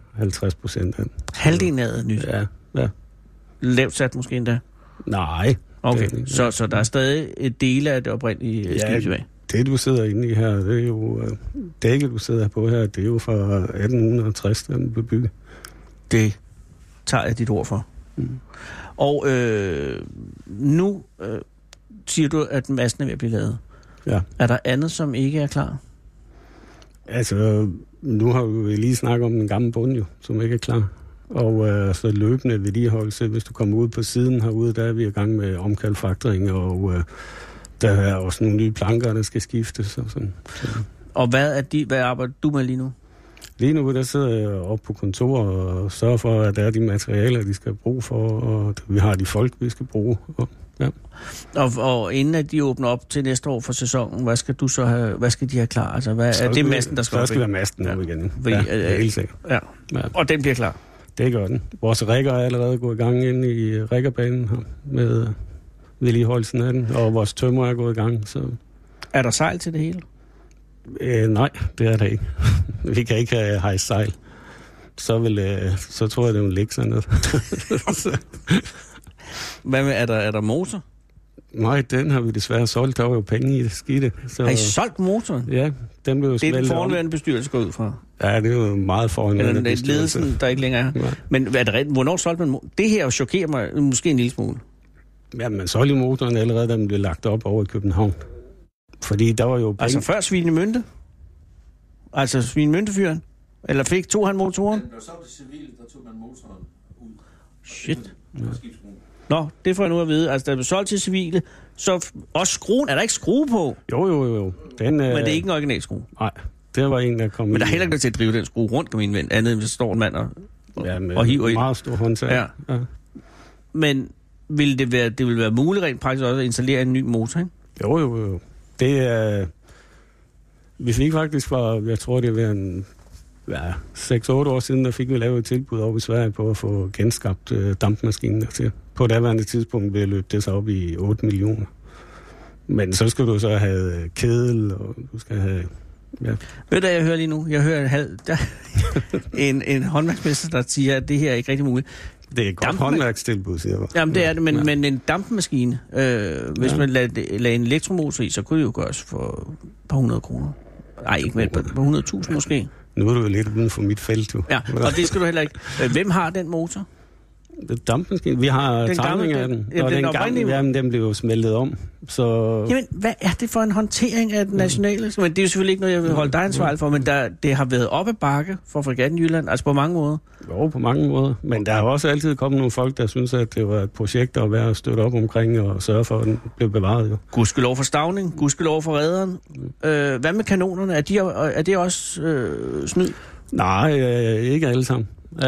af den.
Halvdelen af det nyt?
Ja.
Lavt sat måske endda?
Nej.
Okay, så der er stadig et dele af det oprindelige skib tilbage?
Det, du sidder inde i her, det er jo... Dækket, du sidder på her, det er jo fra 1860, da den blev bygget.
Det tager jeg dit ord for. Og nu siger du, at masten er ved at blive lavet. Ja. Er der andet, som ikke er klar?
Altså, nu har vi jo lige snakket om den gamle bund jo, som ikke er klar. Og så løbende vedligeholdelse, hvis du kommer ud på siden herude, der er vi i gang med omkalfaktoring, og der er også nogle nye planker, der skal skiftes. Og sådan.
Og hvad arbejder du med lige nu?
Lige nu, der sidder jeg oppe på kontor og sørger for, at der er de materialer, de skal bruge for, og vi har de folk, vi skal bruge.
Og inden at de åbner op til næste år for sæsonen, hvad skal du så have, hvad skal de have klar? Altså, er det masten, der skal op?
Så skal være masten nu igen. Ja, helt sikkert.
Ja. Og den bliver klar?
Det gør den. Vores rigger er allerede gået i gang inde i riggerbanen her med vedligeholdelsen af den, og vores tømmer er gået i gang. Så.
Er der sejl til det hele?
Nej, det er der ikke. Vi kan ikke have sejl. Så tror jeg, det vil ligge sådan noget.
Hvad med, er der motor?
Nej, den har vi desværre solgt. Der var jo penge i det skidte.
Så... Har I solgt motoren?
Ja, den blev jo
det er den forhåndværende bestyrelse går ud fra?
Ja, det er jo meget forhåndværende
bestyrelse. Ledelsen, der ikke længere er. Ja. Men hvornår solgte man det her chokerer mig måske en lille smule.
Ja, man solgte motoren allerede, da den blev lagt op over i København. Fordi der var jo penge...
Altså før Svinemünde? Altså Svinemündefyren? Eller tog han motoren?
Den blev solgt til civil, der tog man motoren ud.
Shit. Ja. Nå, det får jeg nu at vide. Altså, der blev solgt til civile, så også skruen. Er der ikke skrue på?
Jo. Men
det er ikke en original skrue?
Nej, det var en, der kom.
Men der er heller ikke noget til at drive den skrue rundt, kan min ven. Andet end, hvis der står en mand og hiver i.
Meget stor håndtag.
Ja. Men vil det være muligt rent praktisk også at installere en ny motor, ikke?
Jo. Det er... Vi fik faktisk fra, jeg tror det var 6-8 år siden, der fik vi lavet et tilbud over i Sverige på at få genskabt dampmaskinen til. På daværende tidspunkt ville løbe det sig op i 8 millioner. Men så skal du så have kedel, og du skal have... Ja.
Ved du, jeg hører lige nu? Jeg hører en håndværksmester, der siger, at det her er ikke rigtig muligt.
Det er et godt håndværkstilbud, siger jeg.
Jamen, det er det, men en dampmaskine, hvis man lader en elektromotor i, så kunne det jo gøres for et par 100 kroner. Nej, ikke med et par 100.000 måske.
Nu er du jo lidt uden for mit felt, jo.
Ja, og det skal du heller ikke. Hvem har den motor?
Dampmaskine. Vi har tegning af den. Og den gamle, den blev jo smeltet om. Så...
Jamen, hvad er det for en håndtering af den nationale? Men det er jo selvfølgelig ikke noget, jeg vil holde dig ansvarlig for, men det har været op ad bakke for Fregatten Jylland, altså på mange måder.
Jo, på mange måder. Men der har også altid kommet nogle folk, der synes, at det var et projekt at være støtte op omkring og sørge for, at den blev bevaret. Jo.
Gudskelov for Stauning, gudskelov for Redderen. Hvad med kanonerne? Er det også snyd?
Nej, ikke alle sammen.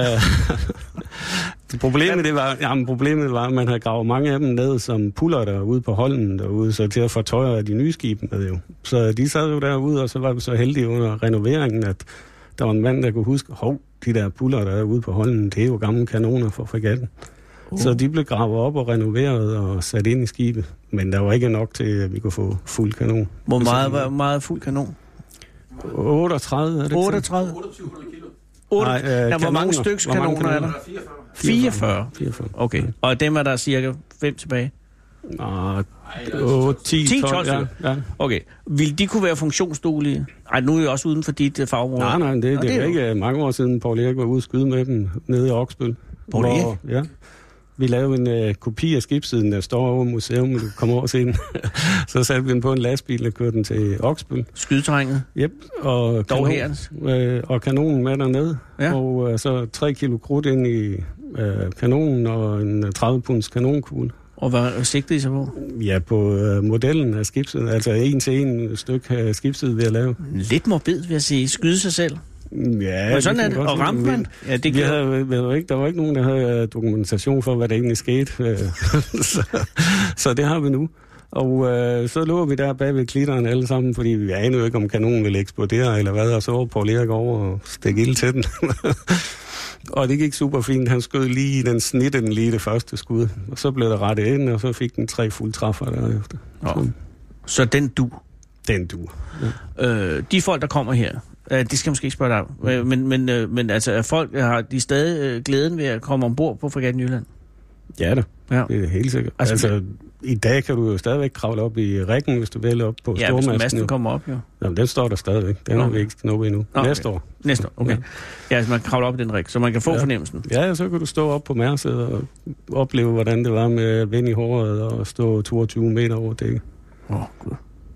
Problemet var, at man havde gravet mange af dem ned som puller derude på Holmen derude, så til at fortøje de nye skibe med jo. Så de sad jo derude, og så var vi så heldige under renoveringen, at der var en mand, der kunne huske, de der puller, der er ude på Holmen, det er jo gamle kanoner for fregatten. Så de blev gravet op og renoveret og sat ind i skibet. Men der var ikke nok til, at vi kunne få fuld kanon.
Hvor meget fuld kanon?
38, er det ikke?
38? 2800 kilo. Hvor mange styks kanoner er der? 44. Okay. Og dem er der cirka 5 tilbage? 10-12. Ja. Okay. Vil de kunne være funktionsduelige? Ej, nu er jeg også uden for dit fagområde.
Nej, det er ikke mange år siden, Poul Erik var ude og skyde med dem nede i Oksbøl.
Poul Erik?
Ja. Vi lavede en kopi af skibssiden, der står over museum, du kommer over og se den. Så satte vi den på en lastbil og kørte den til Oksbøl.
Skydeterrænet?
Yep. Og kanonen med dernede. Ja. Og så 3 kilo krudt ind i kanonen og en 30 punds kanonkugle.
Og hvad sigtede I så på?
Ja, på modellen af skibssiden. Altså 1-til-1 stykke af skibssiden ved at lave.
Lidt morbid, vil jeg sige. Skyde sig selv.
Ja,
men sådan er det. Og ramte man?
Ja, det der var ikke nogen, der havde dokumentation for, hvad der egentlig skete. så det har vi nu. Og så lå vi der bag ved klitteren alle sammen, fordi vi anede jo ikke, om kanonen ville eksplodere eller hvad, og så var Poul Erik over og stikke ild til den. Og det gik super fint. Han skød lige det første skud. Og så blev der rettet ind, og så fik den 3 fuldtræffer derefter.
Så den du?
Den du. Ja.
De folk, der kommer her, det skal jeg måske ikke spørge dig om. Men altså, har de stadig glæden ved at komme ombord på Fregatten Jylland?
Ja da, det er helt sikkert. Altså, i dag kan du jo stadigvæk kravle op i riggen, hvis du vælger op på stormasten. Ja, hvis masten
kommer op, jo.
Jamen, den står der stadigvæk. Den har vi ikke snuppet endnu. Næste år.
Næste år, okay. Ja, altså man kan kravle op i den rig, så man kan få fornemmelsen.
Ja, så kan du stå op på mærsædet og opleve, hvordan det var med vind i håret og stå 22 meter over dækket.
Gud.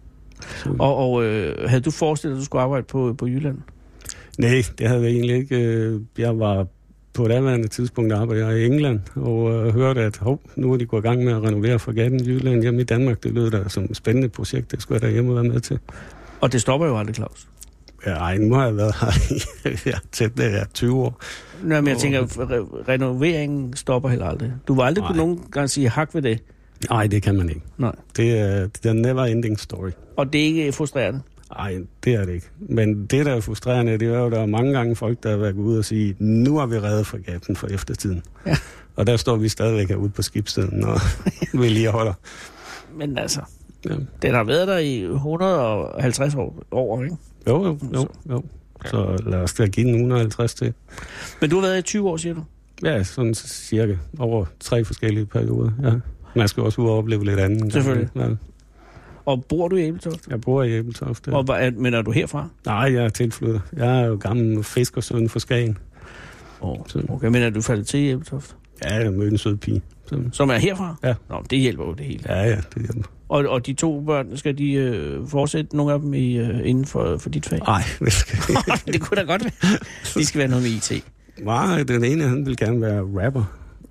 Og havde du forestillet, at du skulle arbejde på Jylland?
Nej, det havde jeg egentlig ikke. Jeg var på et andet tidspunkt arbejde i England, og hørte, at nu er de gået i gang med at renovere Fregatten Jylland hjemme i Danmark. Det lød da som et spændende projekt, det skulle jeg da hjemme være med til.
Og det stopper jo aldrig, Claus?
Ja, nu har jeg været her i 20 år.
Nå, men jeg tænker, renoveringen stopper heller aldrig. Du vil aldrig kunne nogen gang sige hak ved det?
Nej, det kan man ikke.
Nej.
Det er never ending story.
Og det er ikke frustrerende?
Nej, det er det ikke. Men det, der er frustrerende, det er jo, der er mange gange folk, der har været ude og sige, nu har vi reddet fregatten for eftertiden. Ja. Og der står vi stadigvæk herude på skibssiden og vi lige holder.
Men altså, den har været der i 150 år over, ikke?
Jo. Så lad os da give den 150 til.
Men du har været i 20 år, siger du?
Ja, sådan cirka. Over 3 forskellige perioder, ja. Man skal også ud og opleve lidt andet.
Selvfølgelig. Ja. Og bor du i Ebeltoft?
Jeg bor i Ebeltoft, ja.
Men er du herfra?
Nej, jeg er tilflyttet. Jeg er jo gammel fiskersøn fra Skagen.
Okay, men er du faldet til i Ebeltoft?
Ja, jeg mødte en sød pige.
Som er herfra?
Ja.
Nå, det hjælper jo det hele.
Ja, det hjælper.
Og de 2 børn, skal de fortsætte nogle af dem inden for dit fag?
Nej, det skal
det kunne da godt være. De skal være noget med IT.
Nej, den ene, han vil gerne være rapper.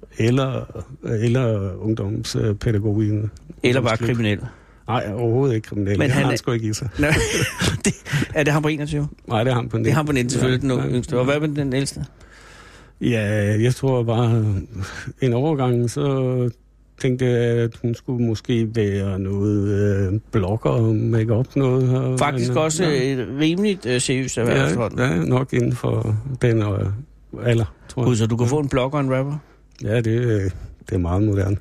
Eller ungdomspædagogien.
Eller bare kriminel.
Nej, overhovedet ikke kriminel. Men han sgu ikke i sig.
Er det ham på 21?
Nej, det er ham på 19.
Det er ham på 19, selvfølgelig den yngste. Og hvad med den ældste?
Ja, jeg tror bare, en overgang, så tænkte jeg, at hun skulle måske være noget blogger og make-up noget.
Faktisk også et rimeligt seriøst erhvervshold.
Ja, nok inden for den alder, tror jeg.
Så du kan få en blogger og en rapper?
Ja, det er meget moderne.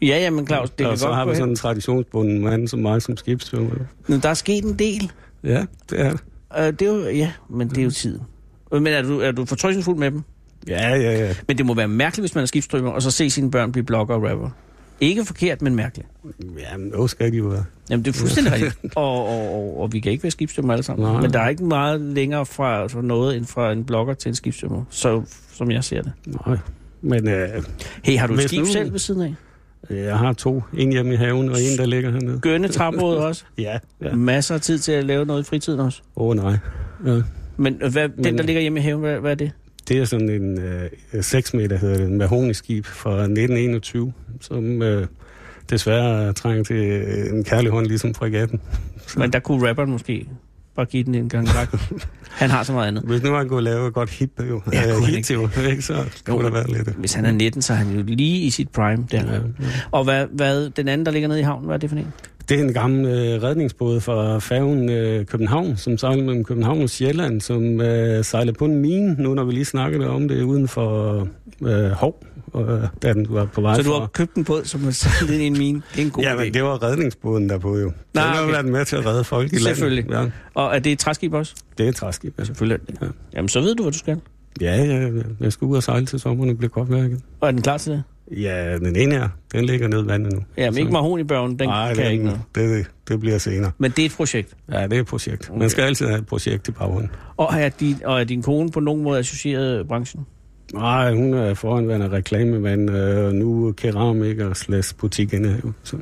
Ja, men Claus, det kan godt
så har vi
gå
sådan
hen.
en traditionsbunden mand som mig som skibsstømmer.
Men der er sket en del.
Ja, det er det.
Det er jo, ja, men det er jo tiden. Men er du fortrøstningsfuld med dem?
Ja. Men
Men det må være mærkeligt, hvis man er skibsstrømmer, og så se sine børn blive blogger og rapper. Ikke forkert, men mærkeligt.
Jamen, hvor skal de jo være?
Jamen, det er fuldstændig rigtigt. Og vi kan ikke være skibsstrømmer alle sammen.
Nej.
Men der er ikke meget længere fra noget end fra en blogger til en skibsstrømmer, så som jeg ser det.
Nej, men...
Hey, har du et
hvis
skib
nu-
selv ved siden af?
Jeg har 2. En hjemme i haven, og en, der ligger hernede.
Gønne træbåd også?
Ja.
Masser af tid til at lave noget i fritiden også?
Nej. Ja.
Men den, der ligger hjemme i haven, hvad er det?
Det er sådan en 6 meter, hedder det, en mahogniskib fra 1921, som desværre trænger til en kærlig hånd, ligesom fregatten.
Men der kunne rapperen måske bare give den en gang række. Han har så meget andet.
Hvis nu han kunne lave et godt hit, jo,
Ja, kunne han
hit jo, ikke, så kunne der være lidt.
Hvis han er 19, så er han jo lige i sit prime der.
Ja.
Og hvad den anden, der ligger nede i havnen, hvad er det for en?
Det er en gammel redningsbåd fra færgen København, som sejler mellem København og Sjælland, som sejler på en mine, nu når vi lige snakkede om det, uden for Hov, da den var på vej.
Så du har købt en båd, som har sejlet ind i en mine? Det er en god
Ja,
idé.
men det var redningsbåden der på jo. Så
Nej,
den har
okay.
været med til at redde folk i landet.
Selvfølgelig.
Ja,
Og er det et træskib også?
det er et træskib. Ja.
Selvfølgelig er det.
Ja.
Jamen, så ved du, hvad du skal.
Ja, jeg skal ud og sejle til sommer, nu bliver godt vejr igen.
Og er den klar til det?
Ja, den ene her, den ligger ned i vandet nu.
Ja, men ikke mahonibørgen, den
Nej,
kan jeg ikke noget.
det bliver senere.
Men det er et projekt.
Ja, det er et projekt.
Okay.
Man skal altid have et projekt i baghånden.
Og er din kone på nogen måde associeret branchen?
Nej, hun er foranværende reklamemand, nu keramiker / butikinde. Så.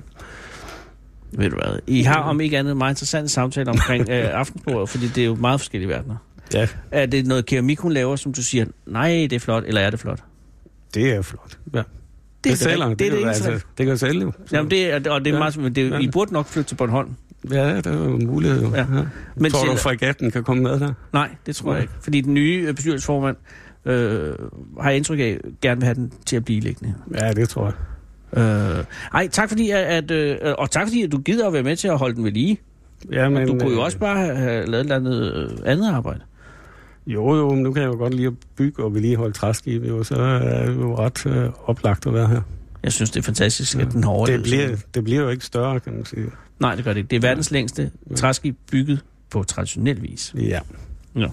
Ved du hvad? I har om ikke andet meget interessante samtaler omkring aftensbordet, fordi det er jo meget forskellige verdener.
Ja,
Er det noget keramik, hun laver, som du siger, nej, det er flot, eller er det flot?
det er flot. Ja.
Det
sælger.
det er det eneste.
det kan sælge jo. Så.
Jamen, det er
Ja.
meget, men det,
Ja.
I burde nok flytte til Bornholm.
Ja, det er jo en mulighed. Jo.
Ja.
Ja.
Men
Tror du,
til-
fregatten kan komme med der?
Nej, det tror jeg ikke. Fordi den nye bestyrelsesformand har jeg indtryk af, gerne vil have den til at blive liggende.
Ja, det tror jeg.
Tak fordi, og tak fordi, at du gider at være med til at holde den ved lige.
Ja, men,
Du kunne jo også bare have lavet et eller andet arbejde.
Jo, men nu kan jeg jo godt lide at bygge og vedligeholde træskib, jo, så er det jo ret oplagt at være her.
Jeg synes, det er fantastisk, at den har overlevet.
Det bliver jo ikke større, kan man sige.
Nej, det gør det ikke. Det er verdens længste træskib bygget på traditionel vis.
Ja.
No.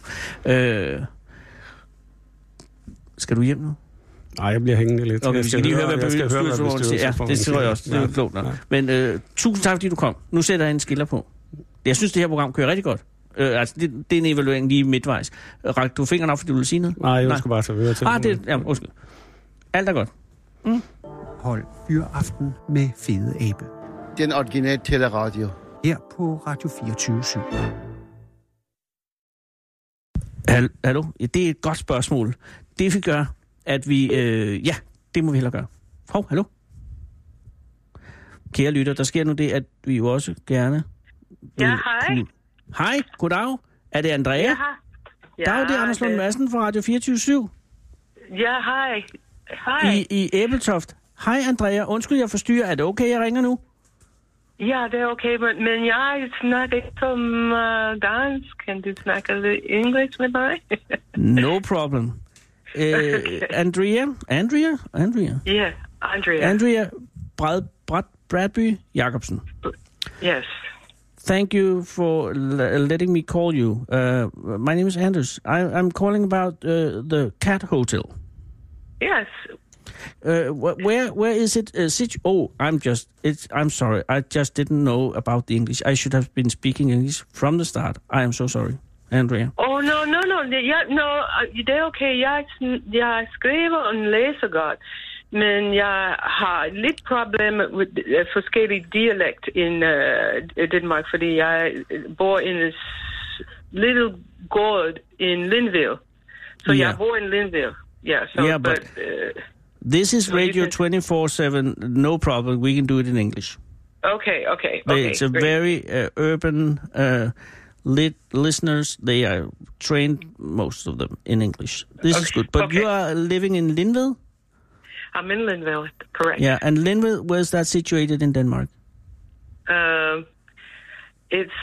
Skal du hjem nu?
Nej, jeg bliver hængende lidt.
Okay,
Jeg
vi skal lige høre, hvad
bestyrelsesformanden
siger. Ja, det tror jeg også. Det er klogt nok. Men tusind tak, fordi du kom. Nu sætter jeg en skiller på. Jeg synes, det her program kører rigtig godt. Det er en evaluering lige midtvejs. Rak du fingeren op, fordi du ville sige noget?
Nej, jeg skal bare tage videre til.
Undskyld. Alt er godt.
Hold Fyraften med Fede Abe.
Den originale teleradio.
Her på Radio 24/7.
Hallo? Ja, det er et godt spørgsmål. Det vi gør, at vi... det må vi hellere gøre. Hallo? Kære lytter, der sker nu det, at vi jo også gerne...
Ja, hej.
Hej, goddag. Er det Andrea?
Ja,
Der er jo det Anders Lund Madsen fra Radio 24/7
Ja, hej. Hej.
i Æbeltoft. Hej Andrea, undskyld jeg forstyrrer. Er det okay, jeg ringer nu?
Ja, det er okay, men jeg snakker ikke som dansk. Kan du snakke lidt engelsk med mig?
No problem. Andrea?
Ja, Andrea.
Andrea Bradby Jacobsen.
Yes.
Thank you for letting me call you. My name is Anders. I'm calling about the Cat Hotel.
Yes.
Where is it? I'm sorry. I just didn't know about the English. I should have been speaking English from the start. I am so sorry, Andrea.
Oh, no. Det er okay. Jeg skriver og læser godt. Men jeg har lidt problemer med forskellige dialekt i Danmark, fordi jeg bor i en little gård i Lindville. Så jeg bor i Lindville.
But this is radio 24/7. No problem. We can do it in English.
Okay.
It's a
great.
very urban listeners. They are trained, most of them, in English. This is good. But
okay.
you are living in Lindville?
I'm in Lindville, correct.
Yeah, and Lindville, where's that situated in Denmark?
It's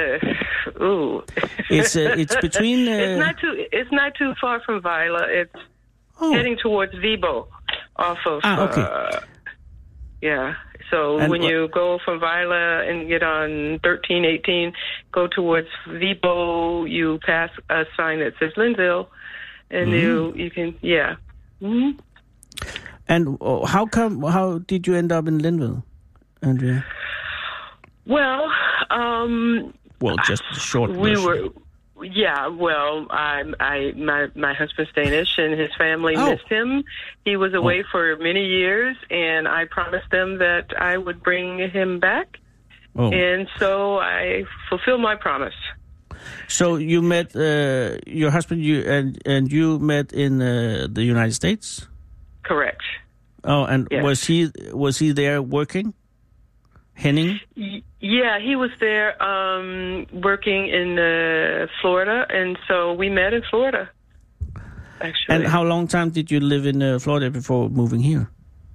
It's between.
It's not too far from Vejle. It's heading towards Viborg, off of.
okay.
Yeah. So
And
when you go from Viola and get on 13, 18, go towards Vibo, you pass a sign that says Linville, and you can, yeah. Mm-hmm.
And how did you end up in Linville, Andrea?
Well,
just a short
we
version.
were. Yeah, well, my husband's Danish, and his family missed him. He was away for many years, and I promised them that I would bring him back. Oh. And so I fulfilled my promise.
So you met your husband, and you met in the United States? Correct. Oh, and yes. was he there working? Henning?
Yeah, he was there working in Florida, and so we met in Florida, actually.
And how long time did you live in Florida before moving here?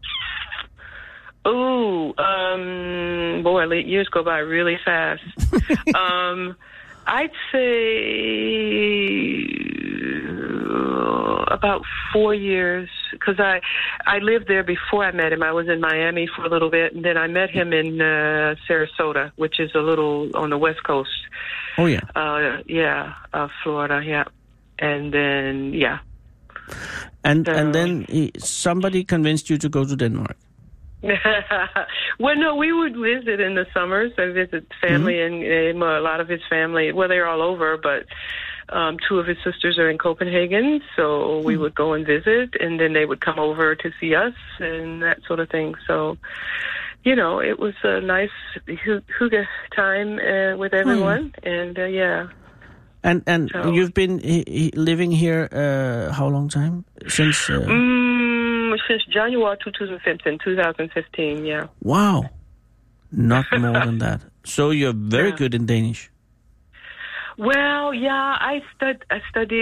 Oh, boy, years go by really fast. I'd say about 4 years, because I lived there before I met him. I was in Miami for a little bit, and then I met him in Sarasota, which is a little on the West Coast.
Oh, yeah.
Florida, yeah. And then, yeah.
And then somebody convinced you to go to Denmark.
Well, no, we would visit in the summers. I visit family and a lot of his family. Well, they're all over, but two of his sisters are in Copenhagen, so we would go and visit, and then they would come over to see us and that sort of thing. So, it was a nice hygge time with everyone, and yeah.
And so, you've been living here how long time? Since
January 2015, yeah.
Wow. Not more than that. So you're very good in Danish.
Well, yeah, I study,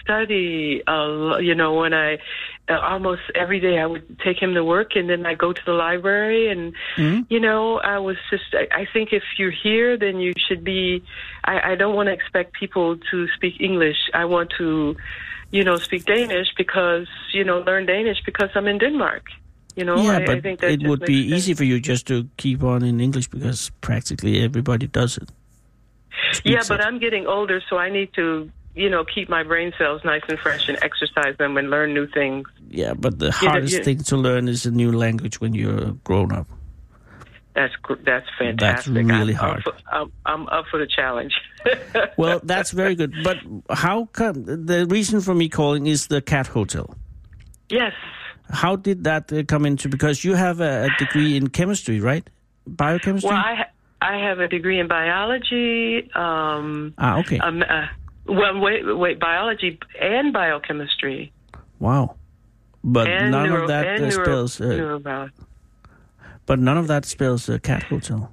when I, almost every day I would take him to work, and then I go to the library, and, I was just, I think if you're here, then you should be, I don't want to expect people to speak English. I want to, speak Danish because, learn Danish because I'm in Denmark.
But
I think that
it would be easy for you just to keep on in English because practically everybody does it.
Yeah, but I'm getting older, so I need to, keep my brain cells nice and fresh and exercise them and learn new things.
Yeah, but the hardest thing to learn is a new language when you're grown up.
That's fantastic.
That's really hard.
I'm up for the challenge.
Well, that's very good. But how come the reason for me calling is the Cat Hotel?
Yes.
How did that come into? Because you have a degree in chemistry, right? Biochemistry.
Well, I have a degree in biology.
Okay.
Wait, biology and biochemistry.
Wow. But
and
none of that spells. But none of that spells Cat Hotel.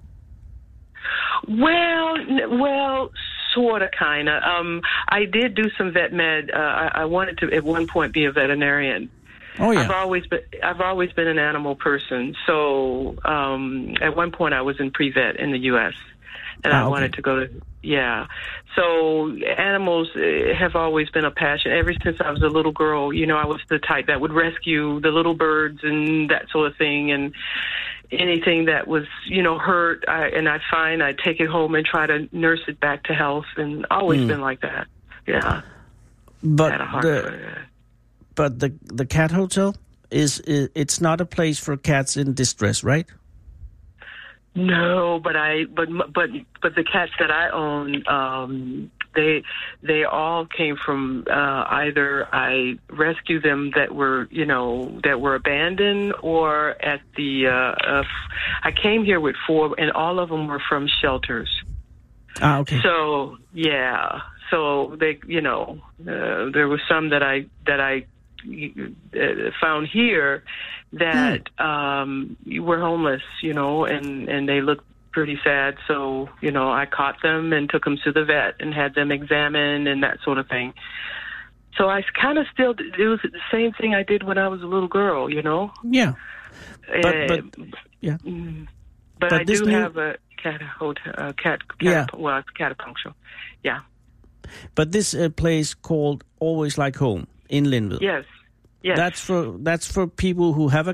Well, sort of, kind of. I did do some vet med. I wanted to at one point be a veterinarian.
Oh yeah.
I've always been an animal person. So at one point I was in pre-vet in the U.S. and I wanted to go to So animals have always been a passion ever since I was a little girl. I was the type that would rescue the little birds and that sort of thing, and anything that was hurt. I'd take it home and try to nurse it back to health, and always been like that. Yeah.
But the Cat Hotel it's not a place for cats in distress, right?
No, but the cats that I own, they all came from either I rescued them that were abandoned, or at the I came here with 4, and all of them were from shelters.
Okay.
So yeah, so they there was some that I found here that were homeless, and they looked pretty sad. So, I caught them and took them to the vet and had them examined and that sort of thing. So I kind of it was the same thing I did when I was a little girl,
Yeah. But
I do have a cat hotel, well, it's catapuncture. Yeah.
But this place called Always Like Home in Linville.
Yes.
That's for people who have a cat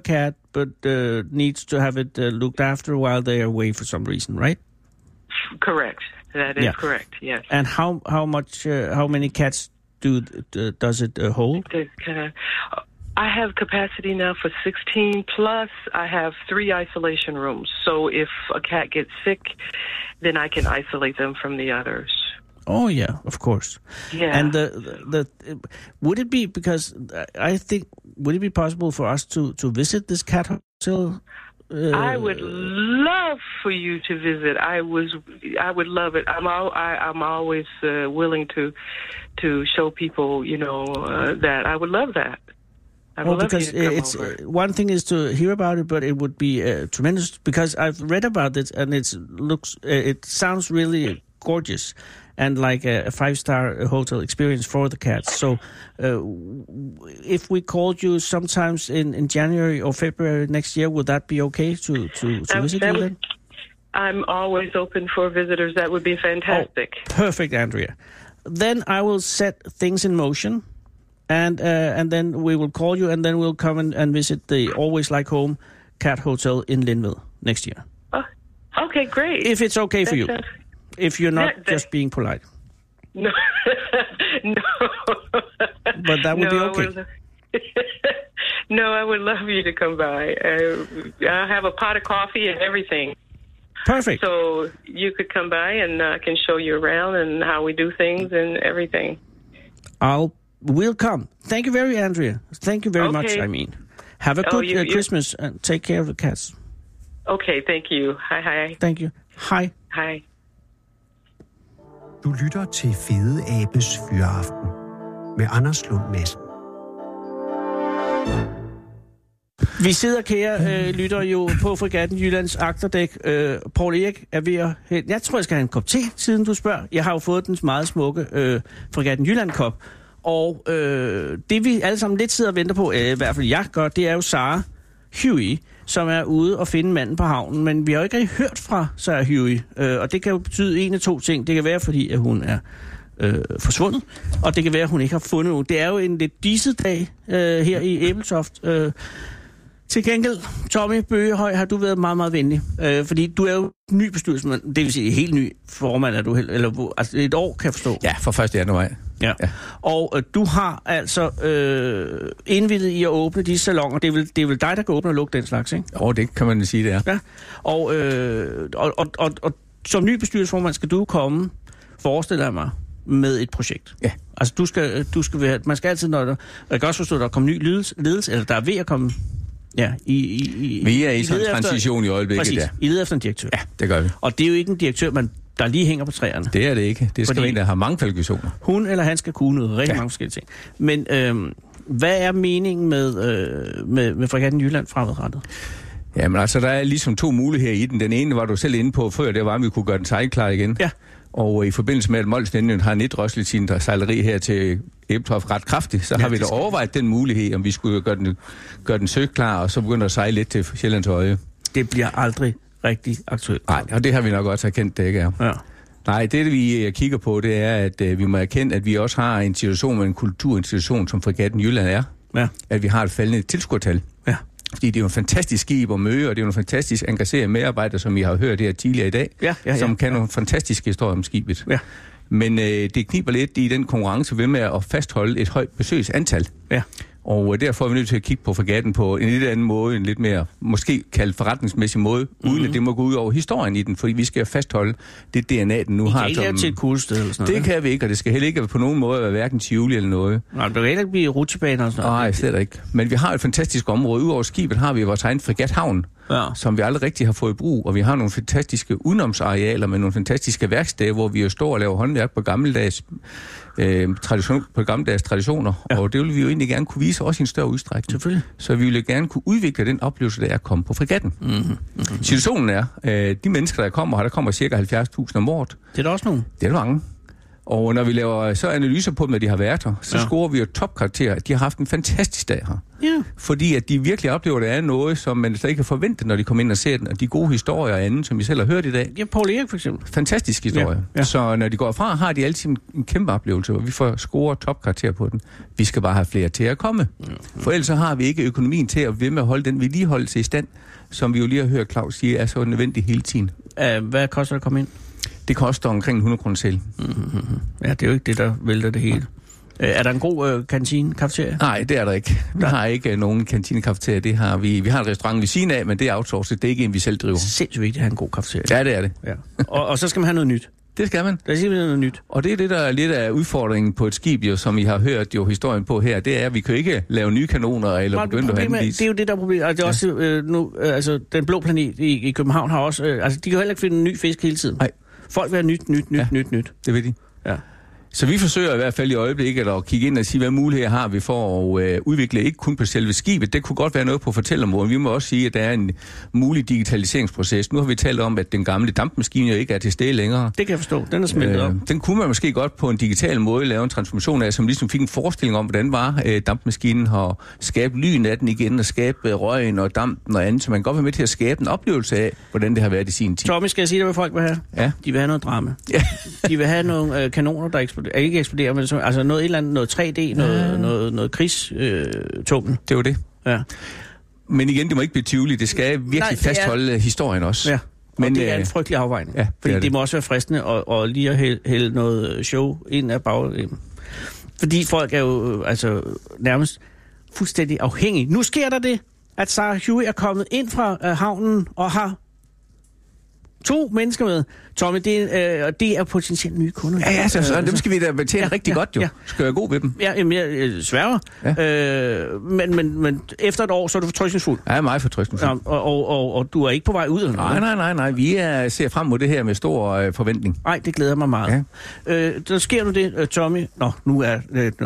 needs to have it looked after while they are away for some reason, right?
Correct. That is correct. Yes.
And how many cats does it hold?
I have capacity now for 16, plus I have 3 isolation rooms. So if a cat gets sick, then I can isolate them from the others.
Oh, yeah, of course.
Yeah.
And would it be, because I think, would it be possible for us to visit this cat hotel?
I would love for you to visit. I would love it. I'm always willing to show people, that I would love that.
Because it's one thing is to hear about it, but it would be tremendous, because I've read about it and it sounds really gorgeous and like a 5-star hotel experience for the cats. So if we called you sometimes in January or February next year, would that be okay to visit you then?
I'm always open for visitors. That would be fantastic.
Oh, perfect, Andrea. Then I will set things in motion. And then we will call you, and then we'll come and visit the Always Like Home Cat Hotel in Linville next year.
Okay, great.
If it's okay for you. If you're not just being polite.
No. No.
But that would be okay.
No, I would love you to come by. I'll have a pot of coffee and everything.
Perfect.
So you could come by, and I can show you around and how we do things and everything.
We'll come. Thank you very, Andrea. Thank you very much, I mean. Have a good Christmas and take care of the cats.
Okay, thank you. Hej.
Thank you. Hej.
Hej.
Du lytter til Fede Abes Fyraften med Anders Lund Madsen.
Vi sidder, kære lytter, jo på Fregatten Jyllands agterdæk. Poul Erik er ved at... Jeg tror, jeg skal have en kop te, siden du spørger. Jeg har jo fået den meget smukke Fregatten Jylland-kop. Og det vi alle sammen lidt sidder og venter på, i hvert fald jeg gør, det er jo Sarah Huey, som er ude og finde manden på havnen. Men vi har jo ikke rigtig hørt fra Sarah Huey, og det kan jo betyde en af 2 ting. Det kan være, fordi at hun er forsvundet, og det kan være, at hun ikke har fundet nogen. Det er jo en lidt disset dag her i Ebeltoft. Til gengæld, Tommy Bøgehøj, har du været meget, meget venlig. Fordi du er jo ny bestyrelsesmand, det vil sige helt ny formand, er du altså et år, kan jeg forstå.
Ja, fra 1. januar.
Ja. Og du har altså indvildet i at åbne de salonger. Det er vel dig, der kan åbne og lukke den slags, ikke?
Jo, det kan man sige, det er.
Ja. Og som ny bestyrelsesformand skal du komme, forestiller jeg mig, med et projekt.
Ja.
Altså du skal være, man skal altid, når der, jeg kan også forstå, at der kommer ny ledelse, eller der er ved at komme. Ja,
vi er i sådan en transition i øjeblikket.
Præcis,
ja.
I leder efter en direktør.
Ja, det gør vi.
Og det er jo ikke en direktør, der lige hænger på træerne.
Det er det ikke. Det skal være en, der har mange kvalifikationer.
Hun eller han skal kunne noget, rigtig mange forskellige ting. Men hvad er meningen med Fregatten Jylland fremadrettet?
Jamen altså, der er ligesom 2 muligheder i den. Den ene var du selv inde på før, det var, at vi kunne gøre den sejlklar igen. Ja. Og i forbindelse med, at Molslinjen har neddroslet sin sejleri her til Ebeltoft ret kraftigt, så har vi da overvejet den mulighed, om vi skulle gøre den søklar, og så begynde at sejle lidt til Sjællands Øje.
Det bliver aldrig rigtig aktuelt.
Nej, og det har vi nok også erkendt, det ikke er. Ja. Nej, det vi kigger på, det er, at vi må erkende, at vi også har en situation med en kulturinstitution, som Fregatten Jylland er. Ja. At vi har et faldende tilskuertal. Ja. Fordi det er jo en fantastisk skib at møde, og det er jo en fantastisk engageret medarbejder, som vi har hørt her tidligere i dag, som kan nogle fantastiske historier om skibet. Ja. Men det kniber lidt i den konkurrence ved med at fastholde et højt besøgsantal. Ja. Og derfor er vi nødt til at kigge på fregatten på en lidt anden måde, en lidt mere, måske kaldt forretningsmæssig måde, uden at det må gå ud over historien i den, fordi vi skal fastholde det DNA, den nu har.
Det kan ikke til et kulsted eller sådan noget.
Det kan vi ikke, og det skal heller ikke på nogen måde være hverken Tivoli eller noget.
Nej, det kan heller ikke blive rutsjebaner og sådan noget.
Nej, slet ikke. Men vi har et fantastisk område. Udover skibet har vi vores egen fregathavn, som vi aldrig rigtig har fået i brug, og vi har nogle fantastiske udenomsarealer med nogle fantastiske værksteder, hvor vi jo står og laver håndværk på gammeldags traditioner, og det vil vi jo egentlig gerne kunne vise også i en større udstrækning.
Selvfølgelig.
Så vi vil gerne kunne udvikle den oplevelse, der er at komme på fregatten. Situationen er, de mennesker, der kommer cirka 70.000 om året.
Det er der også nogen.
Det er der mange.
Og når vi laver så analyser på dem, når de har været her, så scorer vi jo topkarakterer. De har haft en fantastisk dag her.
Ja.
Fordi at de virkelig oplever, at det er noget, som man slet ikke kan forvente, når de kommer ind og ser den. Og de gode historier og andet, som vi selv har hørt i dag.
Ja, Paul Erik for eksempel.
Fantastisk historie. Ja. Så når de går fra, har de altid en kæmpe oplevelse, og vi får scoret topkarakter på den. Vi skal bare have flere til at komme. Ja. For ellers så har vi ikke økonomien til at ved med at holde den vedligeholdelse i stand, som vi jo lige har hørt Claus sige, er så nødvendigt hele tiden.
Hvad koster det at komme ind?
Det koster omkring 100 kroner selv.
Ja, det er jo ikke det, der vælter det hele. Er der en god kantine-cafeteria?
Nej, det er der ikke. Vi har ikke nogen kantine-cafeteria. Det har vi. Vi har en restaurant ved siden af, men det er outsourcet. Det er ikke en, vi selv driver.
Sindssygt vigtigt at have en god cafeteria.
Ja, det er det.
Ja. Og så skal man have noget nyt.
Det skal man.
Der er simpelthen noget nyt.
Og det er det, der er lidt af udfordringen på et skib, jo, som I har hørt jo historien på her. Det er, at vi kan ikke lave nye kanoner eller begynde at handle.
Det er jo det, der er problemet. Altså, det er også, nu, altså, den blå planet i København har også... altså, de kan jo heller ikke finde en ny fisk hele tiden.
Nej.
Folk vil have nyt.
Det ved de.
Ja.
Så vi forsøger i hvert fald i øjeblikket at kigge ind og sige, hvad muligheder har vi for at udvikle, ikke kun på selve skibet. Det kunne godt være noget på fortællermåden. Vi må også sige, at der er en mulig digitaliseringsproces. Nu har vi talt om, at den gamle dampmaskine jo ikke er til stede længere.
Det kan jeg forstå. Den er smeltet op.
Den kunne man måske godt på en digital måde lave en transformation af, som ligesom fik en forestilling om, hvordan var dampmaskinen har skabt lyn af den igen, og skabe røgen og dampen og andet. Så man kan godt være med til at skabe en oplevelse af, hvordan det har været i sin tid.
Tommy, skal jeg sige dig, hvad folk vil have?
Ja.
De vil have noget drama.
Ja.
De vil have nogle kanoner, der ikke eksploderer, men altså noget, et eller andet, noget 3D, noget krigstummel.
Det var det.
Ja.
Men igen, det må ikke blive tvivligt. Det skal virkelig fastholde historien også.
Ja.
Men
det er en frygtelig afvejning.
Ja,
fordi det må også være fristende at lige at hælde noget show ind af baglæben. Fordi folk er jo altså nærmest fuldstændig afhængige. Nu sker der det, at Sarah Huey er kommet ind fra havnen og har 2 mennesker med. Tommy, det er potentielt nye kunder.
Ja, så dem skal vi da betjene rigtig godt, jo. Skal være god ved dem.
Ja, jeg sværger. Ja. Men efter et år, så er du fortrøstningsfuld.
Ja, meget fortrøstningsfuld.
Ja, og du er ikke på vej ud?
Nej. Vi ser frem mod det her med stor forventning.
Nej, det glæder mig meget. Ja. Der sker nu det, Tommy. Nu er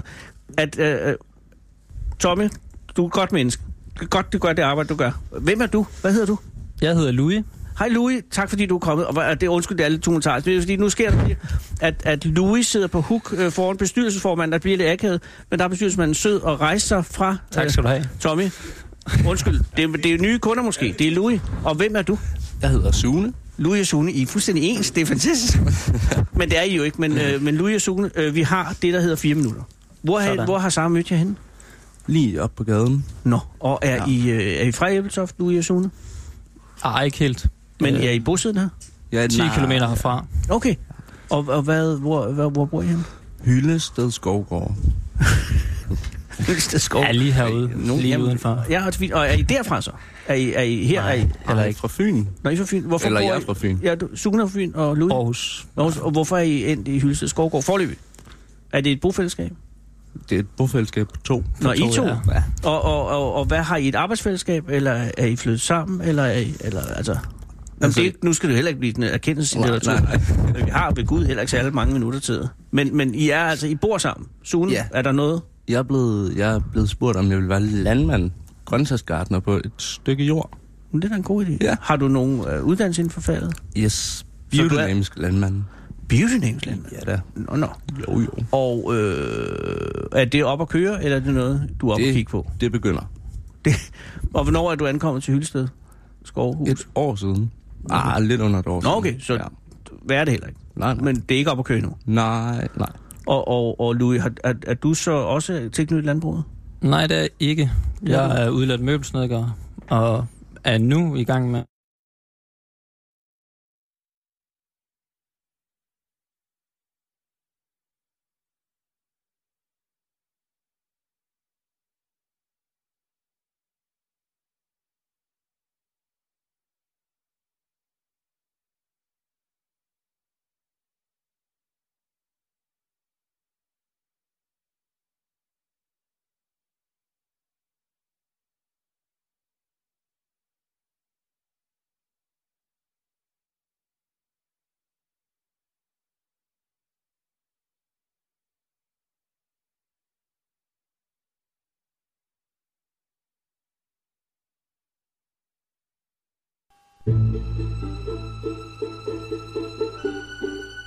Tommy, du er et godt menneske. Godt, du gør det arbejde, du gør. Hvem er du? Hvad hedder du?
Jeg hedder Louis.
Hej Louis, tak fordi du er kommet. Og det undskyld, det er lidt tumultarisk. Det er fordi, nu sker der at Louis sidder på hook foran bestyrelsesformanden, der bliver lidt akavet, men der er bestyrelsesmanden sød og rejser sig fra...
Tak skal du have.
Tommy, undskyld, det er nye kunder måske. Det er Louis. Og hvem er du?
Jeg hedder Sune.
Louis og Sune, I er fuldstændig ens. Det er fantastisk. Men det er I jo ikke. Men Louis og Sune, vi har det, der hedder 4 minutter. Hvor har Sarah mødt jer henne?
Lige op på gaden.
Nå, og er I fra Ebeltoft, Louis og Sune?
Nej, ikke helt.
Men er I bosiddende her?
Ja, 10 kilometer herfra.
Okay. Og hvor bor I henne?
Hyllested Skovgård.
Hyllested Skovgård?
Ja, lige herude. Lige udenfor.
Ja, og er I derfra så? Er I her?
Nej, eller ikke fra Fyn.
Nå, I er fra Fyn. Hvorfor
eller jeg er fra Fyn.
Ja, Sune er fra Fyn og Louis?
Aarhus.
Og hvorfor er I endt i Hyllested Skovgård forløbig? Er det et bofællesskab?
Det er et bofællesskab på 2.
Nå, I 2? Ja. Og hvad har I et arbejdsfællesskab, eller er I flyttet sammen, eller er I, altså... nu skal det heller ikke blive en erkendelse. Nej. Vi har ved Gud heller ikke så alle mange minutter til. Men I er altså, I bor sammen. Sune, ja. Er der noget?
Jeg er blevet spurgt, om jeg vil være landmand, grøntsagsgartner på et stykke jord.
Men det er da en god idé. Ja. Har du nogen uddannelse inden for faget?
Yes, biodynamisk landmand.
Biodynamisk landmand?
Ja da.
Nå.
Jo.
Og er det op at køre, eller er det noget, du er op at kigge på?
Det begynder.
Og hvornår er du ankommet til Hyllested Skovhus?
Et år siden. Lidt under et år siden.
Nå, okay, så hvad er det heller ikke?
Nej.
Men det er ikke op at køre nu?
Nej.
Og Louis, er du så også tilknyttet landbruget?
Nej, det er ikke. Jeg er udlært møbelsnedker, og er nu i gang med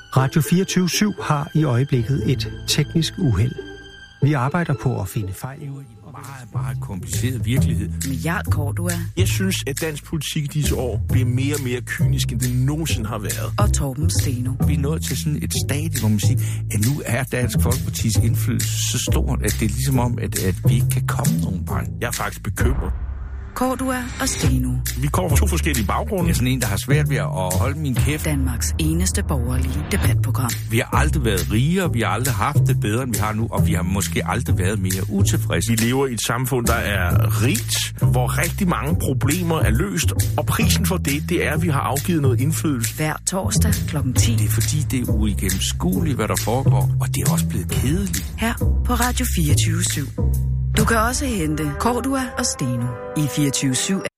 Radio 24/7 har i øjeblikket et teknisk uheld. Vi arbejder på at finde fejl.
Meget kompliceret virkelighed.
Jarl Cordua.
Jeg synes, at dansk politik i disse år bliver mere og mere kynisk, end det nogensinde har været.
Og Torben Steno.
Vi er nået til sådan et stadie, hvor man siger, at nu er Dansk Folkepartis indflydelse så stort, at det er ligesom om, at vi ikke kan komme nogen vej. Jeg er faktisk bekymret.
Cordua og Steno.
Vi kommer fra 2 forskellige baggrunde. Jeg er sådan en, der har svært ved at holde min kæft.
Danmarks eneste borgerlige debatprogram.
Vi har aldrig været rigere, vi har aldrig haft det bedre, end vi har nu, og vi har måske aldrig været mere utilfredse. Vi lever i et samfund, der er rigt, hvor rigtig mange problemer er løst, og prisen for det er, at vi har afgivet noget indflydelse.
Hver torsdag kl. 10.
Det er fordi, det er uigennemskueligt, hvad der foregår, og det er også blevet kedeligt.
Her på Radio 24/7. Du kan også hente Cordua og Steno i 24/7.